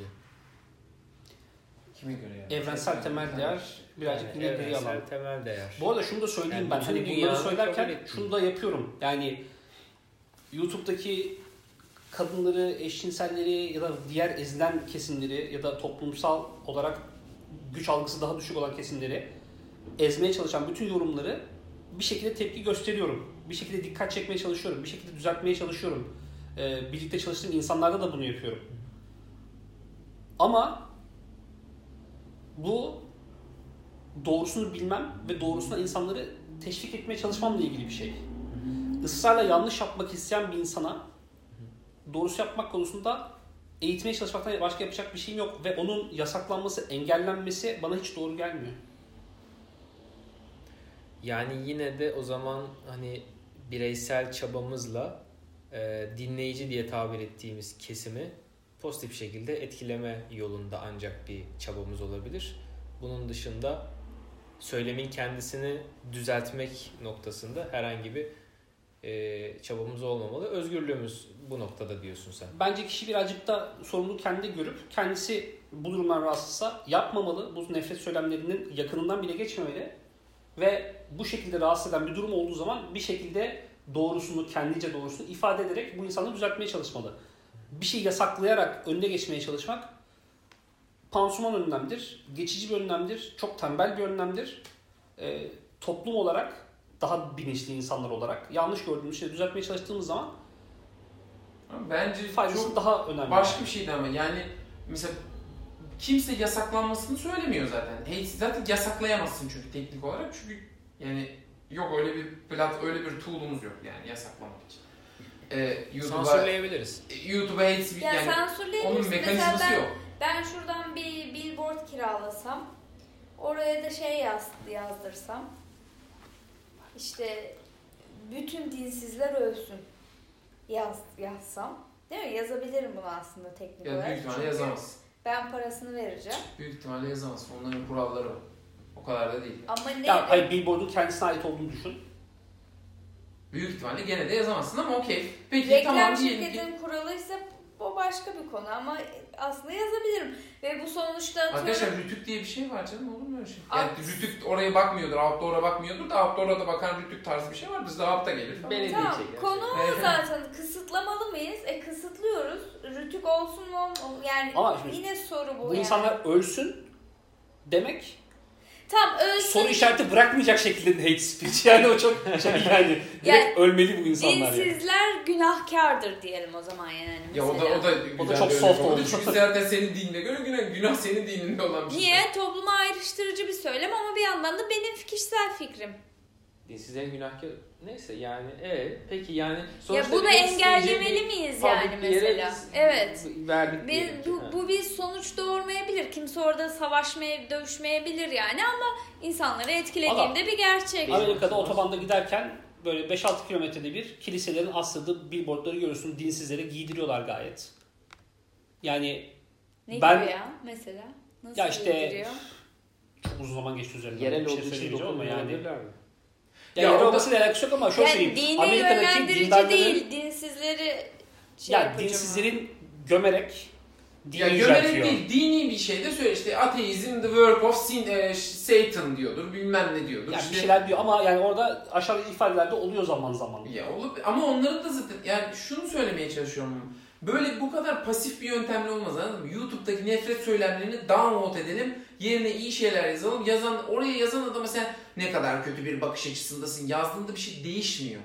Kime göre yani? Evrensel temel değer birazcık yani yine gri alan. evrensel temel değer. Bu arada şunu da söyleyeyim yani ben. Hani bunları söylerken şunu da yapıyorum. Yani YouTube'daki kadınları, eşcinselleri ya da diğer ezilen kesimleri ya da toplumsal olarak güç algısı daha düşük olan kesimleri ezmeye çalışan bütün yorumları bir şekilde tepki gösteriyorum. Bir şekilde dikkat çekmeye çalışıyorum. Bir şekilde düzeltmeye çalışıyorum. Ee, birlikte çalıştığım insanlarda da bunu yapıyorum. Ama bu doğrusunu bilmem ve doğrusuna insanları teşvik etmeye çalışmamla ilgili bir şey. Israrla yanlış yapmak isteyen bir insana doğrusu yapmak konusunda eğitmeye çalışmaktan başka yapacak bir şeyim yok ve onun yasaklanması, engellenmesi bana hiç doğru gelmiyor. Yani yine de o zaman hani bireysel çabamızla e, dinleyici diye tabir ettiğimiz kesimi pozitif şekilde etkileme yolunda ancak bir çabamız olabilir. Bunun dışında söylemin kendisini düzeltmek noktasında herhangi bir e, çabamız olmamalı. Özgürlüğümüz bu noktada diyorsun sen. Bence kişi birazcık da sorumluluğu kendi görüp kendisi bu durumdan rahatsızsa yapmamalı. Bu nefret söylemlerinin yakınından bile geçmemeli. Ve bu şekilde rahatsız eden bir durum olduğu zaman bir şekilde doğrusunu, kendice doğrusunu ifade ederek bu insanı düzeltmeye çalışmalı. Bir şey yasaklayarak önüne geçmeye çalışmak pansuman önlemdir, geçici bir önlemdir, çok tembel bir önlemdir. Ee, toplum olarak, daha bilinçli insanlar olarak yanlış gördüğümüz şeyi düzeltmeye çalıştığımız zaman bence faydası çok daha önemli. Başka bir şeydi ama yani mesela kimse yasaklanmasını söylemiyor zaten. Hate zaten yasaklayamazsın çünkü teknik olarak. Çünkü yani yok öyle bir plat, öyle bir tool'umuz yok yani yasaklamak için. e, YouTube'a sansürleyebiliriz. YouTube'a hate speech Ya yani sansürleyebilirsin. onun mekanizması Mesela ben, yok. ben şuradan bir billboard kiralasam, oraya da şey yaz, yazdırsam, işte bütün dinsizler ölsün yaz, yazsam, değil mi? Yazabilirim bunu aslında teknik Ya olarak. büyük ihtimalle Çünkü yazamaz. ben parasını vereceğim. Büyük ihtimalle yazamaz. Onların kuralları var. O kadar da değil. Ama ne? Ya hayır, billboard'un kendisine ait olduğunu düşün. Büyük ihtimalle gene de yazamazsın ama okey. Peki Reklam tamam diyelim ki. şirketinin kuralı ise o başka bir konu ama aslında yazabilirim. Ve bu sonuçta Arkadaşlar rütük diye bir şey var canım, olur mu öyle şey? Yani Alt- rütük oraya bakmıyordur, outdoor'a bakmıyordur da outdoor'a da bakan rütük tarzı bir şey var. Bizde out'ta gelir falan. Belediye tamam, çeker. konu o Evet. zaten. Kısıtlamalı mıyız? E kısıtlıyoruz. Rütük olsun mu? olmasın? Yani Ama şimdi yine soru bu, Bu yani. insanlar ölsün demek Tam ölsün. soru işareti bırakmayacak şekilde hate speech. Yani o çok şey yani. Direkt Yani ölmeli bu insanlar yani. Dinsizler günahkardır diyelim o zaman yani Ya o da mesela. o da güzel O da çok bir soft örnek oldu. Çünkü zaten senin dinine göre günah, günah senin dininde olan bir şey. Niye? Topluma ayrıştırıcı bir söylem ama bir yandan da benim kişisel fikrim. Dinsizlerin günahkar neyse yani evet peki yani Ya sonuçta bunu bir engellemeli bir miyiz public yani bir yere mesela? biz Evet. Verdik Biz, diyelim ki, bu, ha. bu bir sonuç doğurmayabilir. Kimse orada savaşmaya, dövüşmeyebilir yani ama insanları etkilediğinde bir gerçek. Amerika'da otobanda giderken böyle beş altı kilometrede bir kiliselerin asıldığı billboardları görüyorsun. Dinsizlere giydiriyorlar gayet. Yani Ne ben- gibi ya mesela? Nasıl ya işte giydiriyor? çok uzun zaman geçti üzerinden. Yerel bir şey olduğu için söyleyeceğim ama yani. dokunulabilirler mi? Ya, Ya yerel o da- olmasıyla alakası yok ama şöyle Yani söyleyeyim. dini Amerika'daki yönlendirici dindarların değil, dinsizleri şey ya yapıcı mı? dinsizlerin gömerek dini Ya gömerek yüceltiyor. değil, dini bir şey de söyle işte ateizm the work of sin, e, Satan diyordur, bilmem ne diyordur. Yani işte, bir şeyler diyor ama yani orada aşağıdaki ifadelerde oluyor zaman zaman. Ya olup ama onların da zaten yani şunu söylemeye çalışıyorum. Böyle bu kadar pasif bir yöntemle olmaz, anladın mı? YouTube'daki nefret söylemlerini download edelim. Yerine iyi şeyler yazalım. Yazan oraya yazan adama sen ne kadar kötü bir bakış açısındasın yazdığında bir şey değişmiyor.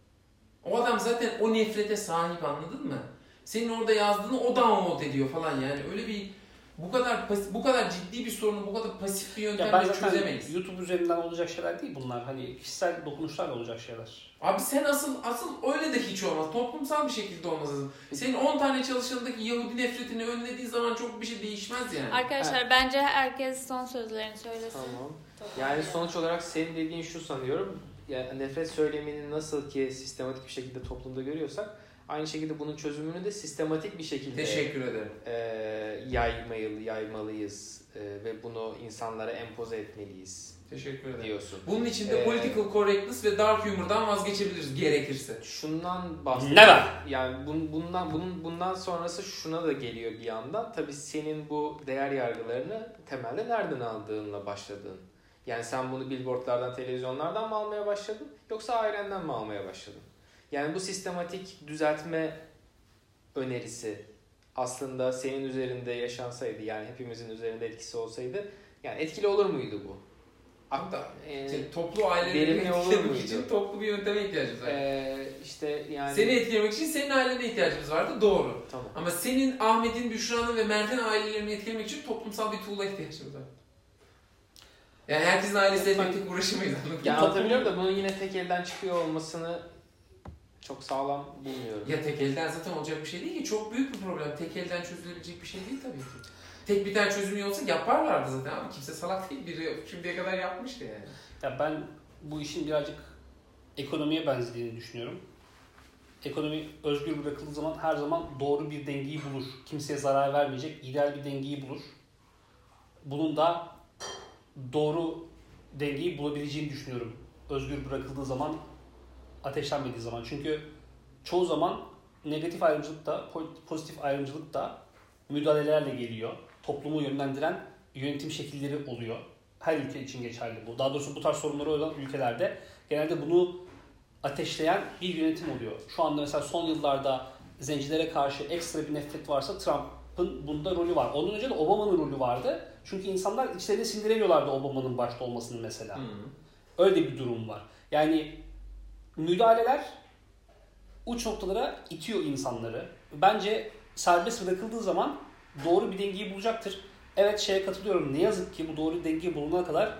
O adam zaten o nefrete sahip, anladın mı? Senin orada yazdığını o download ediyor falan yani. Öyle bir bu kadar pas- bu kadar ciddi bir sorunu bu kadar pasif bir Ya ben yöntemle zaten çözemeyiz. YouTube üzerinden olacak şeyler değil bunlar. Hani kişisel dokunuşlarla olacak şeyler. Abi sen asıl asıl öyle de hiç olmaz. Toplumsal bir şekilde olmaz. Senin on tane çalışanındaki Yahudi nefretini önlediği zaman çok bir şey değişmez yani. Arkadaşlar bence herkes son sözlerini söylesin. Tamam. Yani sonuç olarak senin dediğin şu sanıyorum. Yani nefret söylemini nasıl ki sistematik bir şekilde toplumda görüyorsak aynı şekilde bunun çözümünü de sistematik bir şekilde Teşekkür ederim. e, yaymalı, yaymalıyız e, ve bunu insanlara empoze etmeliyiz Teşekkür ederim. diyorsun. Bunun için de Ee, political correctness ve dark humor'dan vazgeçebiliriz gerekirse. Şundan bahsediyorum. Neler? Yani bun, bundan bunun bundan sonrası şuna da geliyor bir yandan. Tabii senin bu değer yargılarını temelde nereden aldığınla başladın. Yani sen bunu billboardlardan, televizyonlardan mı almaya başladın yoksa ailenden mi almaya başladın? Yani bu sistematik düzeltme önerisi aslında senin üzerinde yaşansaydı, yani hepimizin üzerinde etkisi olsaydı, yani etkili olur muydu bu? Hatta Ee, işte toplu aileleri verimli olur etkilemek muydu? için toplu bir yönteme ihtiyacımız var. Ee, işte yani Seni etkilemek için senin ailene ihtiyacımız vardı, doğru. tamam. Ama senin, Ahmet'in, Büşra'nın ve Mert'in ailelerini etkilemek için toplumsal bir tool'a ihtiyacımız var. Yani herkesin ailesiyle tek tek uğraşamayız, anladın mı? Ya anlatabiliyorum da bunun yine tek elden çıkıyor olmasını çok sağlam bulmuyorum. Ya tek elden zaten olacak bir şey değil ki. Çok büyük bir problem. Tek elden çözülebilecek bir şey değil tabii ki. Tek bir tane çözümü olsa yaparlardı zaten abi. Kimse salak değil. Biri şimdiye kadar yapmıştı yani. Ya ben bu işin birazcık ekonomiye benzediğini düşünüyorum. Ekonomi özgür bırakıldığı zaman her zaman doğru bir dengeyi bulur. Kimseye zarar vermeyecek, ideal bir dengeyi bulur. Bunun da doğru dengeyi bulabileceğini düşünüyorum. Özgür bırakıldığı zaman, ateşlenmediği zaman. Çünkü çoğu zaman negatif ayrımcılık da, pozitif ayrımcılık da müdahalelerle geliyor. Toplumu yönlendiren yönetim şekilleri oluyor. Her ülke için geçerli bu. Daha doğrusu bu tarz sorunları olan ülkelerde genelde bunu ateşleyen bir yönetim oluyor. Şu anda mesela son yıllarda zencilere karşı ekstra bir nefret varsa Trump'ın bunda rolü var. Ondan önce de Obama'nın rolü vardı. Çünkü insanlar içlerine sindiremiyorlardı Obama'nın başta olmasını mesela. Hmm. Öyle bir durum var. Yani müdahaleler uç noktalara itiyor insanları. Bence serbest bırakıldığı zaman doğru bir dengeyi bulacaktır. Evet, şeye katılıyorum. Ne yazık ki bu doğru denge bulunana kadar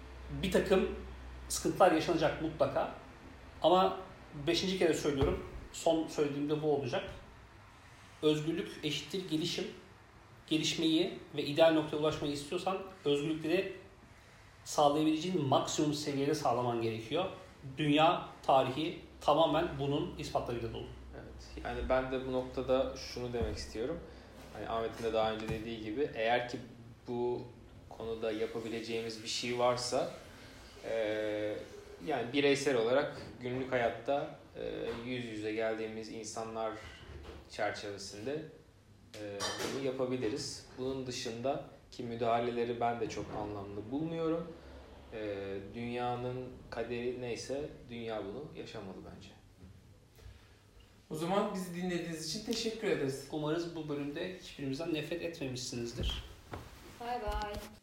bir takım sıkıntılar yaşanacak mutlaka. Ama beşinci kere söylüyorum. son söylediğimde bu olacak. Özgürlük eşittir gelişim. Gelişmeyi ve ideal noktaya ulaşmayı istiyorsan özgürlükleri sağlayabileceğin maksimum seviyede sağlaman gerekiyor. Dünya tarihi tamamen bunun ispatlarıyla dolu. Evet. Yani ben de bu noktada şunu demek istiyorum. Hani Ahmet'in de daha önce dediği gibi eğer ki bu konuda yapabileceğimiz bir şey varsa e, yani bireysel olarak günlük hayatta e, yüz yüze geldiğimiz insanlar çerçevesinde e, bunu yapabiliriz. Bunun dışında ki müdahaleleri ben de çok anlamlı bulmuyorum. E, dünyanın kaderi neyse dünya bunu yaşamalı bence. O zaman bizi dinlediğiniz için teşekkür ederiz. Umarız bu bölümde hiçbirimizden nefret etmemişsinizdir. Bay bay.